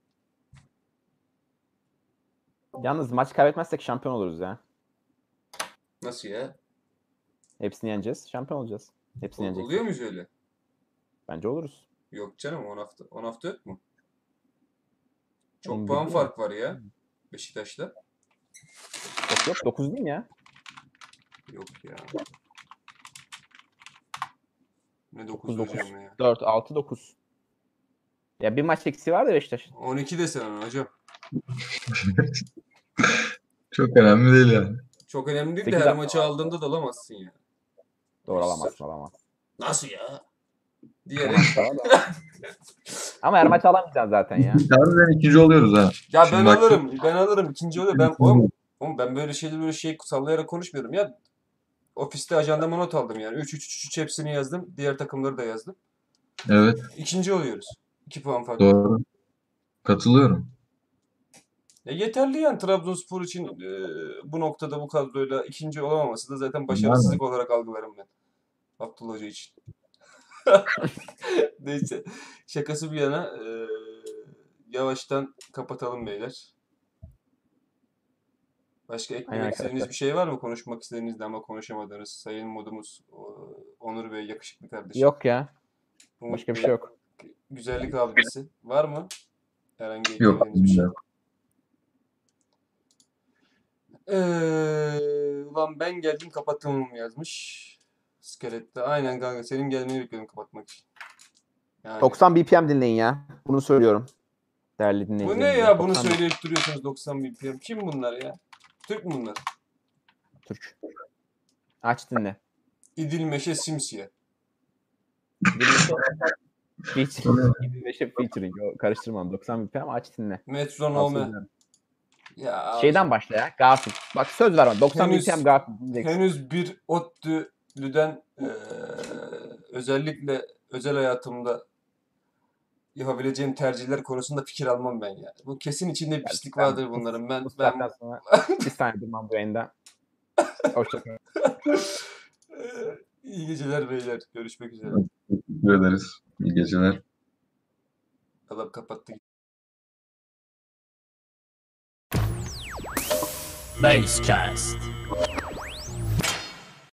Yalnız maç kaybetmezsek şampiyon oluruz ya. Nasıl ya? Hepsini yeneceğiz. Şampiyon olacağız. Hepsini Oluyor yeneceksek. muyuz öyle? Bence oluruz. Yok canım 10 hafta. 10 hafta yok mu? Çok Benim puan bildiğim fark var ya Beşiktaş'ta. yok 9 değil mi ya? Yok ya. Ne 9 9 9. hocam ya. 4 6 9. Ya bir maç eksiği var da Beşiktaş. 12 desen ona hocam. Çok önemli değil yani. Çok önemli değil de 8 her hafta maçı var. aldığında da alamazsın ya. Doğru 3-0. alamazsın. Nasıl ya? 10 Diyerek. hafta var da. Ama her maç alamayacaksın zaten ya. Harbiden ikinci oluyoruz ha. Ya Şimdi ben baktım. alırım. Ben alırım. İkinci oluyor. Oğlum ben böyle şey sallayarak konuşmuyorum ya. Ofiste ajandama not aldım yani. 3-3-3-3 hepsini yazdım. Diğer takımları da yazdım. Evet, İkinci oluyoruz. 2 puan farklı. doğru. Katılıyorum. Yeterli yani Trabzonspor için bu noktada bu kadroyla ikinci olamaması da zaten Yani. başarısızlık olarak algılarım ben. Abdullah Hoca için. Neyse. Şakası bir yana yavaştan kapatalım beyler. Başka Aynen eklemek istediğiniz arkadaşlar. bir şey var mı? Konuşmak istediğiniz de ama konuşamadığınız. Sayın modumuz Onur Bey yakışıklı kardeşim. Yok ya. Umut Başka bir Bey şey yok. güzellik abidesi. Var mı? Herhangi Yok. eklemediğiniz bir şey. Ulan ben geldim kapattım yazmış. Skelette. Aynen kanka senin gelmeni bekliyorum kapatmak için. Yani. 90 BPM dinleyin ya. Bunu söylüyorum. Değerli Bu ne dinleyicilerimize. ya bunu 90 söyleyip duruyorsunuz 90 BPM. Kim bunlar ya? Türk mü bunlar? Türk. Aç dinle. İdilmeşe simsiyah. Featuring. Karıştırmam. 90 BPM aç dinle. Metronome. Tavsiye Ya Şeyden başla ya. Gafil. Bak söz ver bana. 90 Henüz- BPM gafil dinleyeceksin. henüz bir ODTÜ'lüden özellikle özel hayatımda yapabileceğim tercihler konusunda fikir almam ben ya. Bu kesin içinde bir pislik Ben vardır bunların. Bu Ben saatten sonra bir saniye durmam bu yayında. Hoşçakalın. iyi geceler beyler. Görüşmek üzere. Teşekkür ederiz. İyi geceler. Adam kapattı. Basecast.